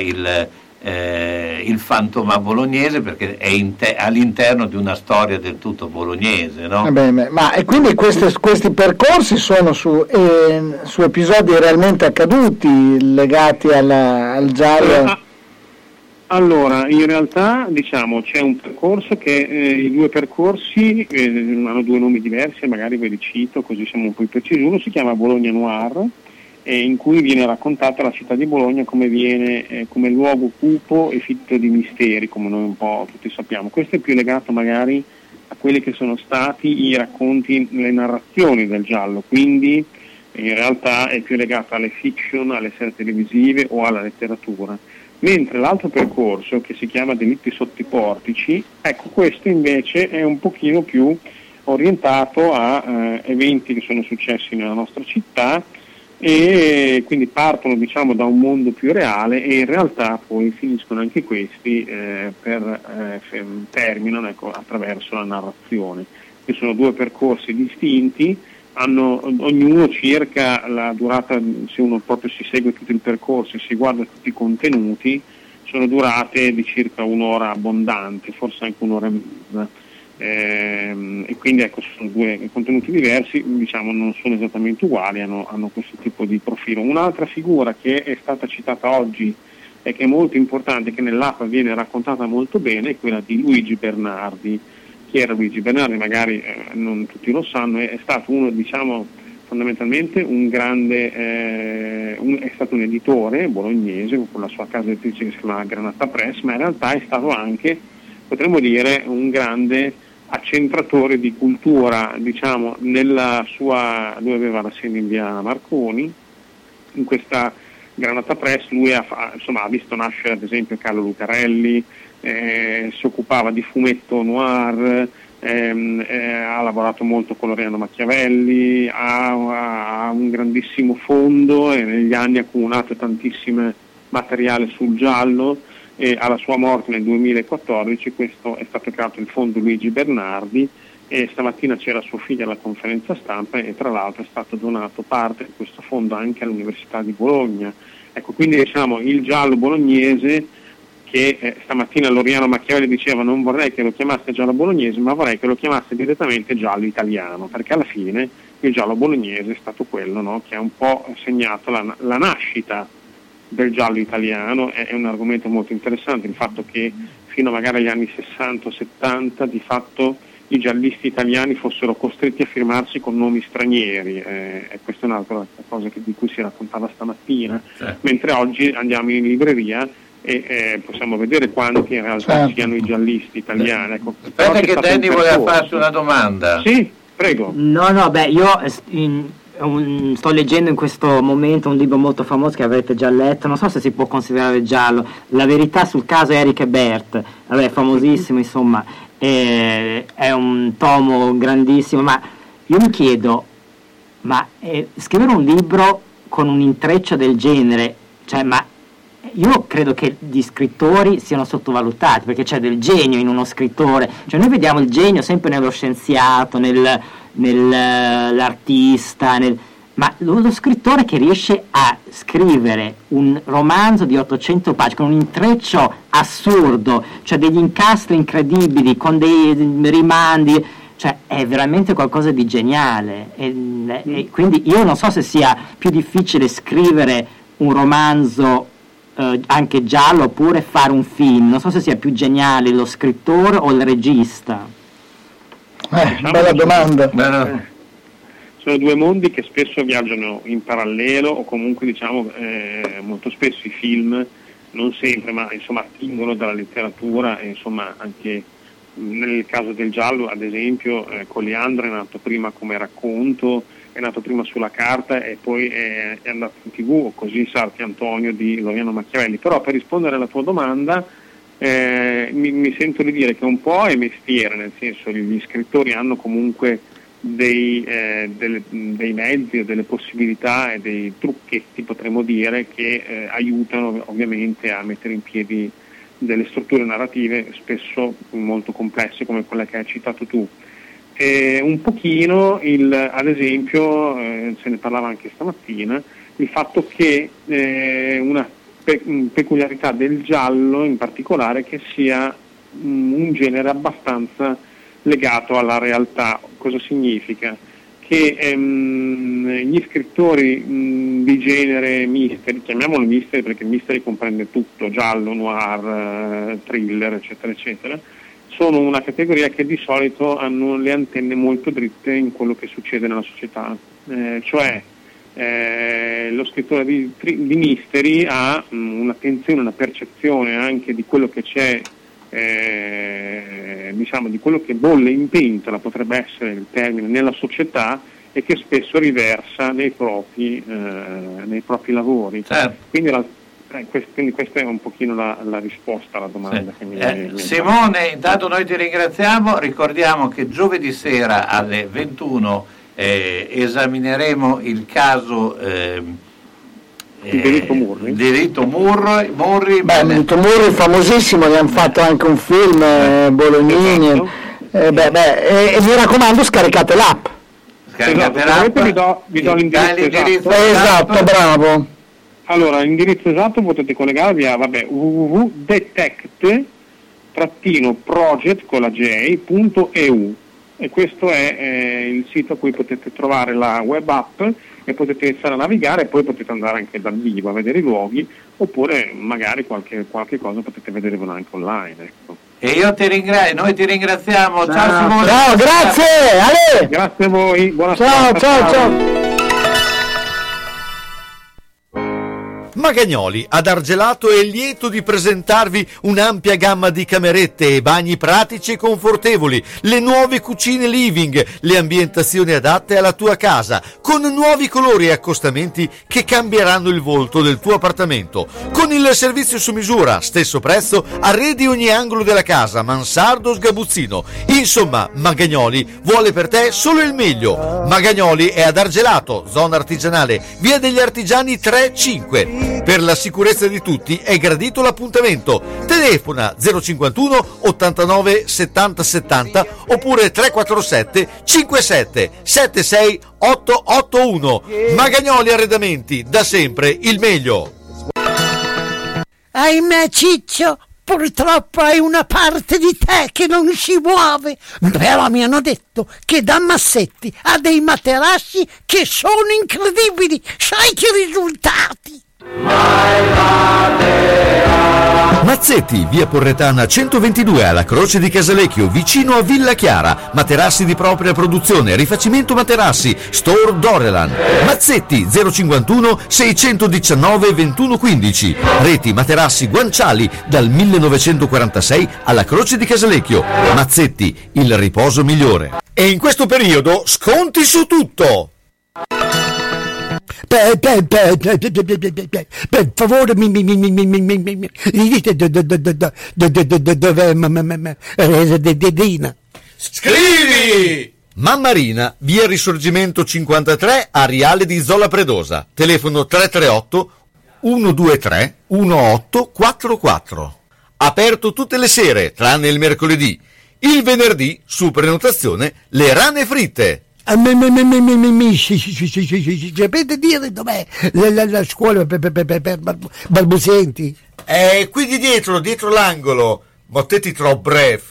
E: il fantoma bolognese, perché è all'interno di una storia del tutto bolognese, no?
F: Ma e quindi questi percorsi sono su episodi realmente accaduti legati al giallo?
Q: Allora, in realtà, diciamo, c'è un percorso che i 2 percorsi hanno 2 nomi diversi, magari ve li cito così siamo un po' più precisi. Uno si chiama Bologna Noir, in cui viene raccontata la città di Bologna come luogo cupo e fitto di misteri, come noi un po' tutti sappiamo. Questo è più legato magari a quelli che sono stati i racconti, le narrazioni del giallo, quindi in realtà è più legato alle fiction, alle serie televisive o alla letteratura, mentre l'altro percorso, che si chiama Delitti sotto i portici, ecco, questo invece è un pochino più orientato a eventi che sono successi nella nostra città, e quindi partono, diciamo, da un mondo più reale e in realtà poi finiscono anche questi terminano, ecco, attraverso la narrazione. Ci sono due percorsi distinti, hanno ognuno circa la durata, se uno proprio si segue tutto il percorso e si guarda tutti i contenuti, sono durate di circa un'ora abbondante, forse anche un'ora e mezza. E quindi ecco, sono due contenuti diversi, diciamo, non sono esattamente uguali, hanno questo tipo di profilo. Un'altra figura che è stata citata oggi e che è molto importante, che nell'app viene raccontata molto bene, è quella di Luigi Bernardi. Chi era Luigi Bernardi? Magari non tutti lo sanno, è stato uno, diciamo, fondamentalmente un grande, è stato un editore bolognese con la sua casa editrice che si chiama Granata Press, ma in realtà è stato anche, potremmo dire, un grande accentratore di cultura, diciamo, nella sua, lui aveva la sede in via Marconi, in questa Granata Press lui ha visto nascere ad esempio Carlo Lucarelli, si occupava di fumetto noir, ha lavorato molto con Loriano Machiavelli, ha un grandissimo fondo e negli anni ha accumulato tantissimo materiale sul giallo. E alla sua morte nel 2014 questo è stato creato il fondo Luigi Bernardi, e stamattina c'era sua figlia alla conferenza stampa e tra l'altro è stato donato parte di questo fondo anche all'Università di Bologna. Ecco, quindi diciamo il giallo bolognese, che stamattina Loriano Machiavelli diceva non vorrei che lo chiamasse giallo bolognese, ma vorrei che lo chiamasse direttamente giallo italiano, perché alla fine il giallo bolognese è stato quello, no, che ha un po' segnato la nascita del giallo italiano. È un argomento molto interessante il fatto che fino magari agli anni 60 o 70 di fatto i giallisti italiani fossero costretti a firmarsi con nomi stranieri, e questa è un'altra cosa di cui si raccontava stamattina, mentre oggi andiamo in libreria e possiamo vedere quanti in realtà siano i giallisti italiani. Ecco,
E: aspetta che Danny voleva farsi una domanda.
Q: Sì, prego.
I: Io sto leggendo in questo momento un libro molto famoso che avrete già letto, non so se si può considerare giallo, La verità sul caso Eric e Bert, vabbè, famosissimo, insomma, è un tomo grandissimo, ma io mi chiedo, ma scrivere un libro con un intreccio del genere, cioè, ma io credo che gli scrittori siano sottovalutati, perché c'è del genio in uno scrittore, cioè noi vediamo il genio sempre nello scienziato, nell'artista, ma lo scrittore che riesce a scrivere un romanzo di 800 pagine con un intreccio assurdo, cioè degli incastri incredibili, con dei rimandi, cioè è veramente qualcosa di geniale, e quindi io non so se sia più difficile scrivere un romanzo anche giallo oppure fare un film, non so se sia più geniale lo scrittore o il regista.
F: Bella domanda.
Q: Sono due mondi che spesso viaggiano in parallelo, o comunque diciamo molto spesso i film, non sempre, ma insomma attingono dalla letteratura, e insomma anche nel caso del giallo ad esempio Coliandro è nato prima come racconto, è nato prima sulla carta e poi è andato in TV, o così Sarti Antonio di Loriano Machiavelli. Però per rispondere alla tua domanda mi sento di dire che un po' è mestiere, nel senso gli scrittori hanno comunque dei mezzi o delle possibilità e dei trucchetti, potremmo dire, che aiutano ovviamente a mettere in piedi delle strutture narrative spesso molto complesse come quella che hai citato tu. Un pochino ad esempio, se ne parlava anche stamattina, il fatto che una peculiarità del giallo in particolare che sia un genere abbastanza legato alla realtà. Cosa significa? Che gli scrittori di genere mystery, chiamiamolo mystery perché il mystery comprende tutto, giallo, noir, thriller, eccetera eccetera, sono una categoria che di solito hanno le antenne molto dritte in quello che succede nella società, cioè lo scrittore di mystery ha un'attenzione, una percezione anche di quello che c'è, diciamo di quello che bolle in pentola, potrebbe essere il termine, nella società, e che spesso riversa nei propri lavori. Quindi questa è un pochino la risposta alla domanda che mi hai
E: Simone, intanto noi ti ringraziamo, ricordiamo che giovedì sera alle 21 esamineremo il caso
Q: Delitto Murri.
E: Delitto Murri.
F: Delitto Murri famosissimo, ne hanno fatto anche un film, Bolognini. E vi raccomando, scaricate l'app.
Q: Vi do l'indirizzo
F: esatto, bravo.
Q: Allora, l'indirizzo esatto potete collegarvi a www.detect-project.eu e questo è il sito a cui potete trovare la web app e potete iniziare a navigare e poi potete andare anche dal vivo a vedere i luoghi, oppure magari qualche cosa potete vedere anche online, ecco.
E: E io noi ti ringraziamo. Ciao Simone.
F: Ciao, grazie. Ale.
Q: Grazie a voi. Buona
F: ciao.
B: Magagnoli ad Argelato è lieto di presentarvi un'ampia gamma di camerette e bagni pratici e confortevoli, le nuove cucine living, le ambientazioni adatte alla tua casa, con nuovi colori e accostamenti che cambieranno il volto del tuo appartamento. Con il servizio su misura, stesso prezzo, arredi ogni angolo della casa, mansardo, sgabuzzino. Insomma, Magagnoli vuole per te solo il meglio. Magagnoli è ad Argelato, zona artigianale, via degli Artigiani 3-5. Per la sicurezza di tutti è gradito l'appuntamento. Telefona 051 89 70 70 oppure 347 57 76 881. Magagnoli Arredamenti, da sempre il meglio.
N: Ahimè Ciccio, purtroppo hai una parte di te che non si muove, però mi hanno detto che da Massetti ha dei materassi che sono incredibili. Sai che risultati?
B: Mazzetti, via Porretana 122 alla Croce di Casalecchio, vicino a Villa Chiara. Materassi di propria produzione, rifacimento materassi, Store Dorelan. Mazzetti 051 619 2115. Reti materassi guanciali dal 1946 alla Croce di Casalecchio. Mazzetti, il riposo migliore. E in questo periodo sconti su tutto.
N: Per favore mi dite dov'è Dedina.
B: Scrivi! Mammarina, via Risorgimento 53, Ariale di Zola Predosa. Telefono 338 123 1844. Aperto tutte le sere, tranne il mercoledì. Il venerdì, su prenotazione, le rane fritte.
N: Sapete dire dov'è la scuola per balbuzienti?
B: Qui di dietro l'angolo. Ma te ti trovo breve.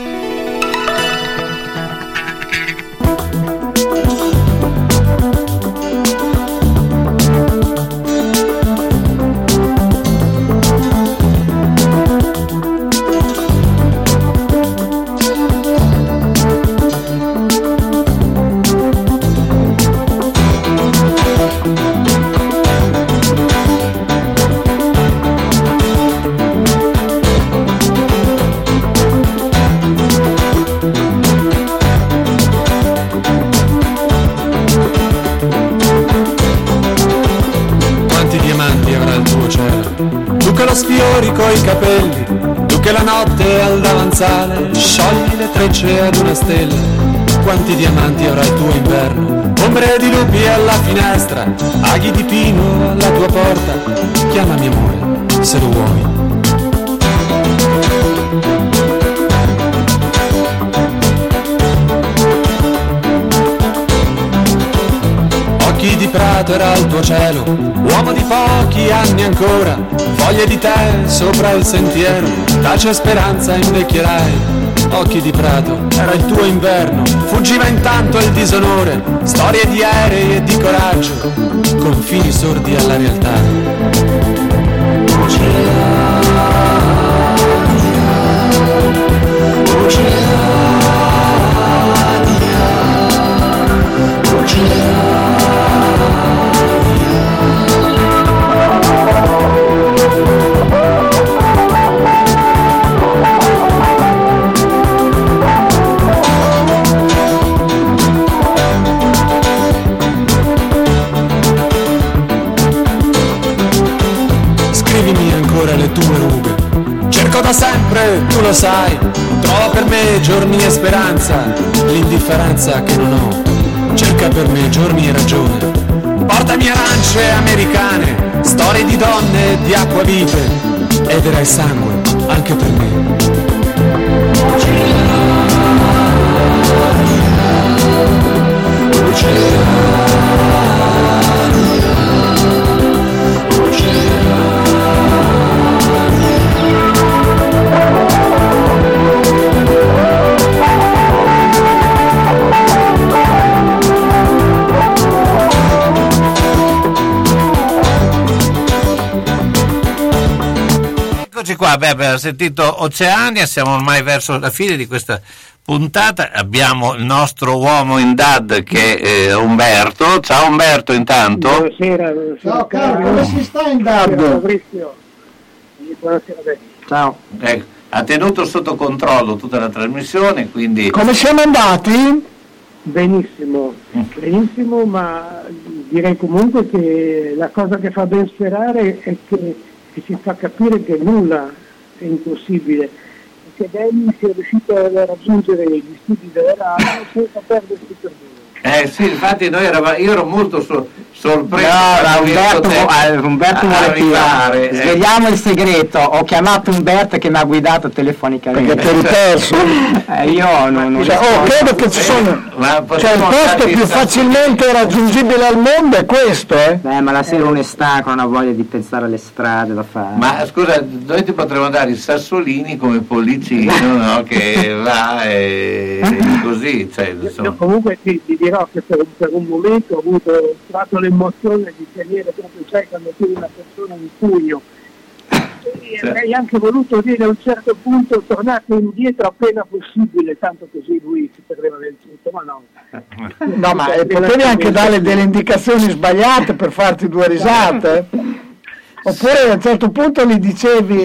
R: Sfiori coi capelli, tu che la notte è al davanzale, sciogli le trecce ad una stella. Quanti diamanti avrà il tuo inverno, ombre di lupi alla finestra, aghi di pino alla tua porta. Chiamami amore, se lo vuoi. Occhi di prato era il tuo cielo, uomo di pochi anni ancora, foglie di tè sopra il sentiero, tace speranza invecchierai. Occhi di prato era il tuo inverno, fuggiva intanto il disonore, storie di aerei e di coraggio, confini sordi alla realtà. scrivimi ancora le tue rughe. Cerco da sempre, tu lo sai, trova per me giorni e speranza, l'indifferenza che non ho, cerca per me giorni e ragione. Portami arance americane, storie di donne, di acquavite, e vedrai sangue anche per me.
E: Eccoci qua, abbiamo sentito Oceania, siamo ormai verso la fine di questa puntata, abbiamo il nostro uomo in DAD che è Umberto. Ciao Umberto intanto.
S: Buonasera.
F: Ciao caro, come si sta in DAD?
S: Fabrizio. Buonasera a te.
F: Ciao.
E: Ha tenuto sotto controllo tutta la trasmissione, quindi...
F: Come siamo andati?
S: Benissimo, ma direi comunque che la cosa che fa ben sperare è che ci fa capire che nulla è impossibile, che lei sia riuscito a raggiungere gli studi della radio senza perdersi per nulla.
E: Sì, infatti io ero molto sorpreso.
I: Umberto vuole
E: arrivare.
I: Sveliamo il segreto. Ho chiamato Umberto che mi ha guidato telefonicamente.
F: Perché eri perso?
I: Io non
F: credo che ci sono. Il posto più facilmente raggiungibile al mondo è questo,
I: ma la sera uno è stanco, non ha voglia di pensare alle strade da fare.
E: Ma scusa, noi ti potremmo dare i sassolini come Pollicino, no? Che va e così. Cioè,
S: Io comunque ti dirò che per un momento ho trovato l'emozione di tenere proprio, sai, quando tieni una persona in pugno. E avrei anche voluto dire a un certo punto tornate indietro appena possibile, tanto così lui si perdeva del tutto, ma no.
F: No, ma potevi anche dare delle indicazioni sbagliate per farti due risate. Oppure a un certo punto gli dicevi,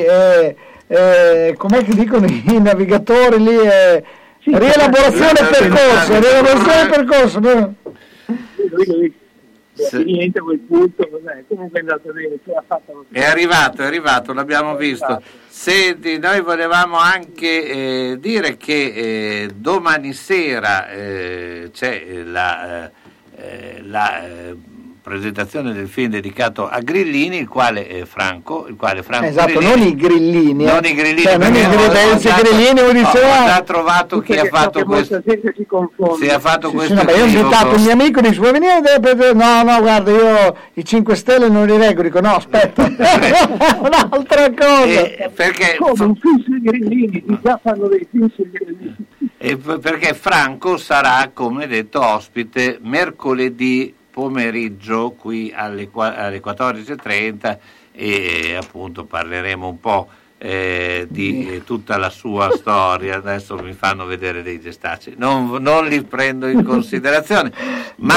F: com'è che dicono i navigatori lì, rielaborazione percorso.
S: Lui niente a quel punto, comunque è andato bene, ce l'ha fatta.
E: È arrivato, l'abbiamo visto. Senti, noi volevamo anche dire che domani sera c'è la presentazione del film dedicato a Grillini, il quale Franco
F: esatto,
E: Grillini,
F: non i grillini,
E: non i grillini,
F: cioè, non i grillini,
E: ho già trovato chi ha fatto questo. Si è fatto questo.
F: Io ho invitato un mio amico, dice vuoi venire? No, guarda, io i 5 Stelle non li reggo, dico no, aspetta, un'altra cosa.
E: Perché
S: un film sui grillini, già fanno dei film sui grillini.
E: Perché Franco sarà, come detto, ospite mercoledì pomeriggio qui alle 14.30 e appunto parleremo un po' di tutta la sua storia. Adesso mi fanno vedere dei gestacei, non li prendo in considerazione, ma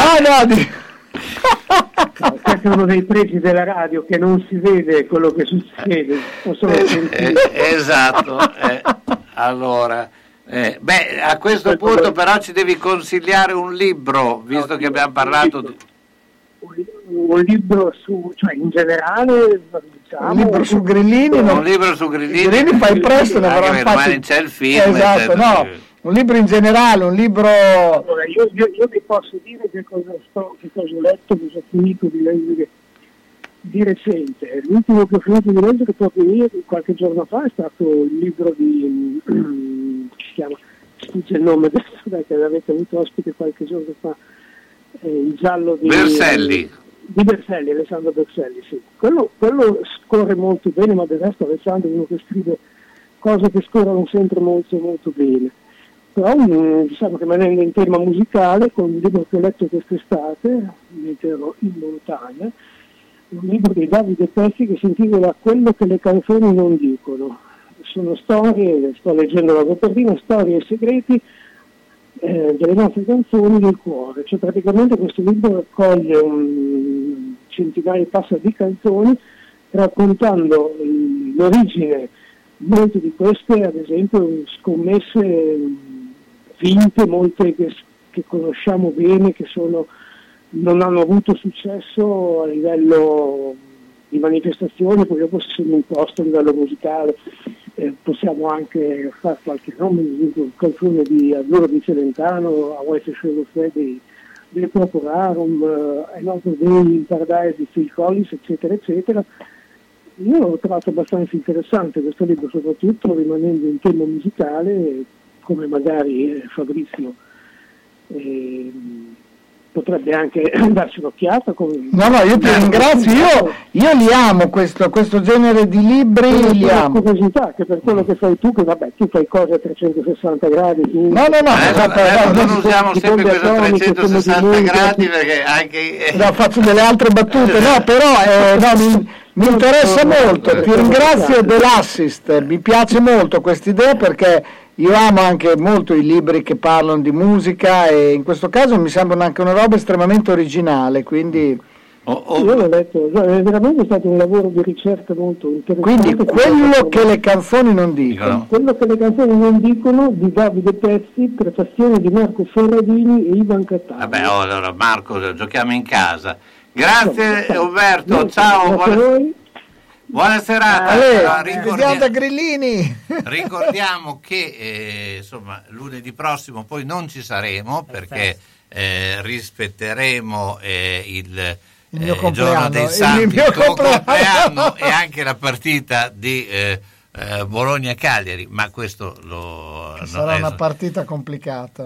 S: questo è uno dei pregi della radio, che non si vede quello che succede,
E: esatto. Allora a questo punto però ci devi consigliare un libro, visto che abbiamo parlato
S: un libro cioè in generale, diciamo,
F: un libro su Grillini,
E: un libro su Grillini
F: fai presto, ne avranno fatti.
E: Domani c'è il film,
F: esatto, no, un libro in generale, un libro.
S: Allora, io vi posso dire che cosa ho letto, cosa ho finito di leggere di recente. L'ultimo che ho finito di leggere proprio ieri, qualche giorno fa, è stato il libro di si chiama, sfugge il nome adesso, che l'avete avuto ospite qualche giorno fa, il giallo di
E: Berselli.
S: Di Berselli, Alessandro Berselli, sì. Quello scorre molto bene, ma del resto Alessandro è uno che scrive cose che scorrono sempre molto molto bene. Però diciamo che rimanendo in tema musicale, con un libro che ho letto quest'estate, Metterò in montagna, un libro di Davide Pesci che si intitola Quello che le canzoni non dicono. Sono storie, sto leggendo la copertina, storie e segreti delle nostre canzoni del cuore. Cioè praticamente questo libro raccoglie un centinaio e passa di canzoni, raccontando l'origine, molte di queste ad esempio scommesse vinte, molte che conosciamo bene, che non hanno avuto successo a livello di manifestazioni, poi dopo si sono imposte a livello musicale. Possiamo anche fare qualche nome, ad esempio il canzone di Allora di Celentano, A West Shore dei Procurarum, Another Day in Paradise di Phil Collins, eccetera, eccetera. Io l'ho trovato abbastanza interessante questo libro, soprattutto rimanendo in tema musicale, come magari Fabrizio potrebbe anche darci un'occhiata.
F: No, io ti ringrazio, io li amo questo genere di libri, li amo.
S: Curiosità, che per quello che fai tu, che vabbè, tu fai cose a 360 gradi.
E: Non usiamo sempre questo 360 gradi perché anche...
F: No, faccio delle altre battute, no, però mi interessa molto, ti ringrazio dell'assist, mi piace molto questa idea perché io amo anche molto i libri che parlano di musica e in questo caso mi sembrano anche una roba estremamente originale, quindi...
S: Io l'ho letto, è veramente stato un lavoro di ricerca molto interessante.
F: Quindi quello che le canzoni non dicono.
S: Quello che le canzoni non dicono, di Davide Pezzi, prefazione di Marco Ferradini e Ivan Cattaneo.
E: Vabbè, allora Marco, giochiamo in casa. Grazie Umberto, ciao. Buona serata.
F: Vediamo da Grillini.
E: Ricordiamo che insomma lunedì prossimo poi non ci saremo perché rispetteremo il giorno dei santi, il mio compleanno e anche la partita di Bologna-Cagliari, ma questo
F: sarà una partita complicata.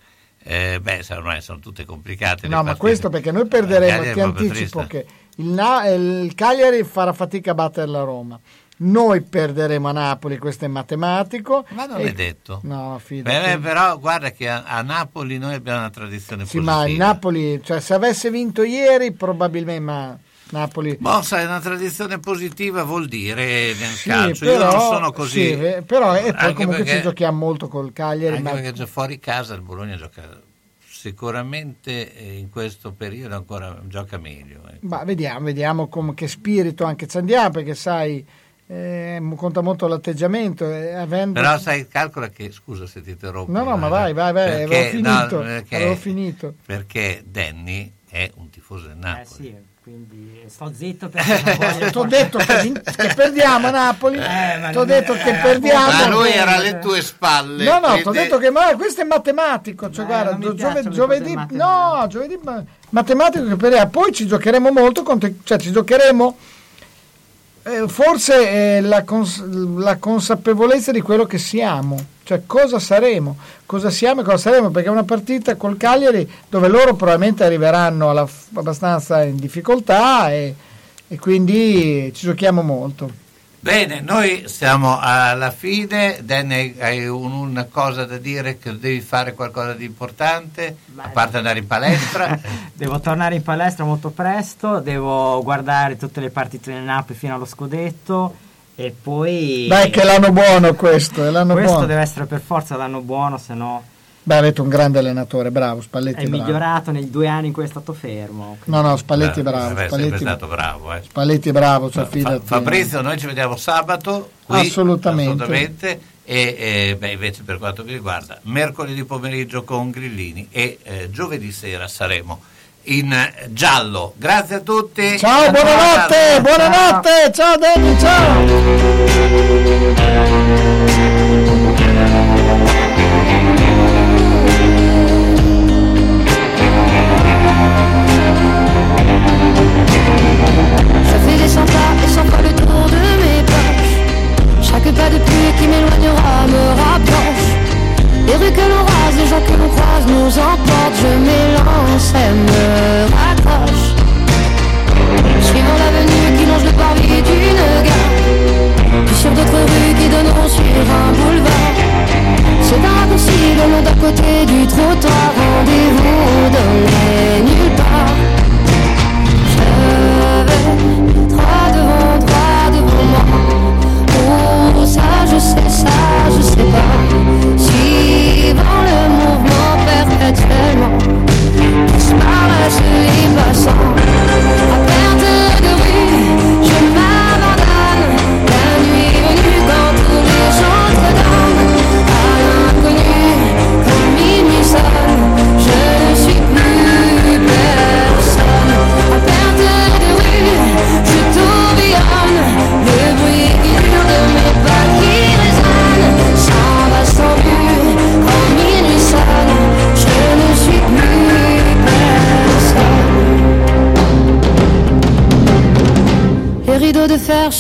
E: Ormai sono tutte complicate.
F: No, ma questo perché noi perderemo, ti anticipo che il Cagliari farà fatica a battere la Roma. Noi perderemo a Napoli, questo è matematico.
E: Ma non è detto.
F: No, fidati.
E: Però guarda che a Napoli noi abbiamo una tradizione positiva.
F: Sì, ma il Napoli, cioè se avesse vinto ieri probabilmente, ma Napoli...
E: Sai, una tradizione positiva vuol dire nel calcio, io non sono così.
F: Sì, però e poi comunque ci giochiamo molto col Cagliari.
E: Anche perché già fuori casa il Bologna gioca sicuramente in questo periodo ancora gioca meglio.
F: Ma vediamo che spirito anche ci andiamo, perché sai... conta molto l'atteggiamento
E: però sai, calcola che, scusa se ti interrompo,
F: no ma vai perché, avevo finito
E: perché Danny è un tifoso del Napoli,
I: sì, quindi sto zitto perché
F: t'ho detto che perdiamo a Napoli, t'ho detto che perdiamo,
E: ma lui era alle tue spalle,
F: t'ho detto che questo è matematico, cioè guarda, giovedì matematico che perdiamo, poi ci giocheremo molto ci giocheremo forse la consapevolezza di quello che siamo, cioè cosa saremo, cosa siamo e cosa saremo, perché è una partita col Cagliari dove loro probabilmente arriveranno abbastanza in difficoltà e quindi ci giochiamo molto.
E: Bene, noi siamo alla fine. Danny, hai una cosa da dire, che devi fare qualcosa di importante, a parte andare in palestra?
I: Devo tornare in palestra molto presto, devo guardare tutte le partite del Napoli fino allo scudetto e poi...
F: Dai che è l'anno buono questo, è l'anno
I: questo
F: buono.
I: Deve essere per forza l'anno buono, se no...
F: Beh, avete un grande allenatore, bravo, Spalletti
I: è
F: bravo.
I: migliorato nei 2 anni in cui è stato fermo.
F: No, Spalletti bravo.
E: Spalletti è stato bravo.
F: Spalletti bravo, cioè fidati.
E: Fabrizio, noi ci vediamo sabato qui, assolutamente. E invece per quanto mi riguarda, mercoledì pomeriggio con Grillini e giovedì sera saremo in giallo. Grazie a tutti.
F: Ciao, buonanotte, ciao Danny, ciao.
T: Ça fait des 100 pas et 100 fois le tour de mes poches. Chaque pas de pluie qui m'éloignera me rapproche. Les rues que l'on rase, les gens que l'on croise nous emportent. Je m'élance et me raccroche, suivant l'avenue qui longe le parvis d'une gare.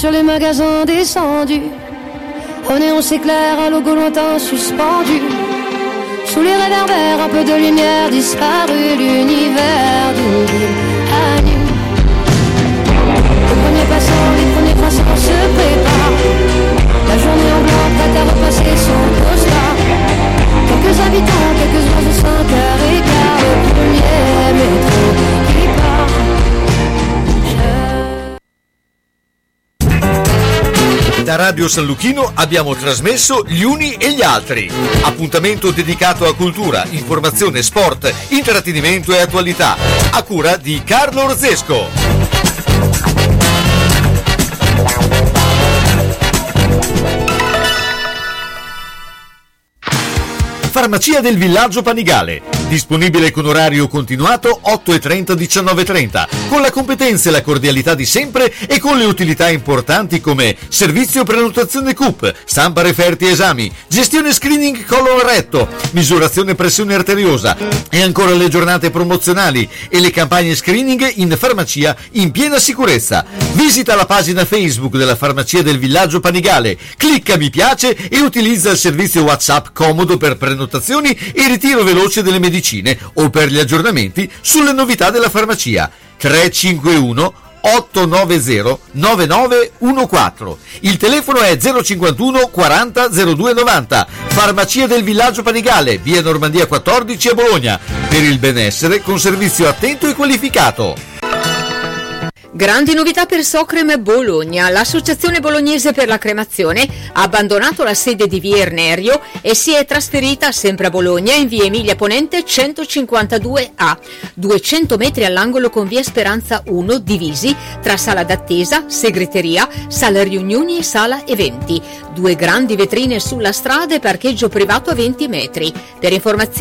T: sur les magasins descendus, au néon s'éclaire, un logo lointain suspendu. Sous les réverbères, un peu de lumière disparue, l'univers d'une ville à nu. Les premiers passants, les premiers croissants se préparent. La journée en blanc prête à repasser son costard. Quelques habitants, quelques oiseaux 5h15, le premier métro qui part.
B: Da Radio San Luchino abbiamo trasmesso Gli Uni e gli Altri. Appuntamento dedicato a cultura, informazione, sport, intrattenimento e attualità. A cura di Carlo Orzesco. Farmacia del Villaggio Panigale, disponibile con orario continuato 8:30 19:30, con la competenza e la cordialità di sempre e con le utilità importanti come servizio prenotazione CUP, stampa referti e esami, gestione screening colon retto, misurazione pressione arteriosa e ancora le giornate promozionali e le campagne screening in farmacia in piena sicurezza. Visita la pagina Facebook della Farmacia del Villaggio Panigale, clicca mi piace e utilizza il servizio WhatsApp comodo per prenotazioni e ritiro veloce delle medicine o per gli aggiornamenti sulle novità della farmacia. 351 890 9914. Il telefono è 051 40 02 90. Farmacia del Villaggio Panigale, via Normandia 14 a Bologna. Per il benessere con servizio attento e qualificato.
A: Grandi novità per Socrem Bologna. L'Associazione Bolognese per la Cremazione ha abbandonato la sede di via Ernerio e si è trasferita sempre a Bologna in via Emilia Ponente 152A, 200 metri all'angolo con via Speranza 1, divisi tra sala d'attesa, segreteria, sala riunioni e sala eventi. 2 grandi vetrine sulla strada e parcheggio privato a 20 metri. Per informazioni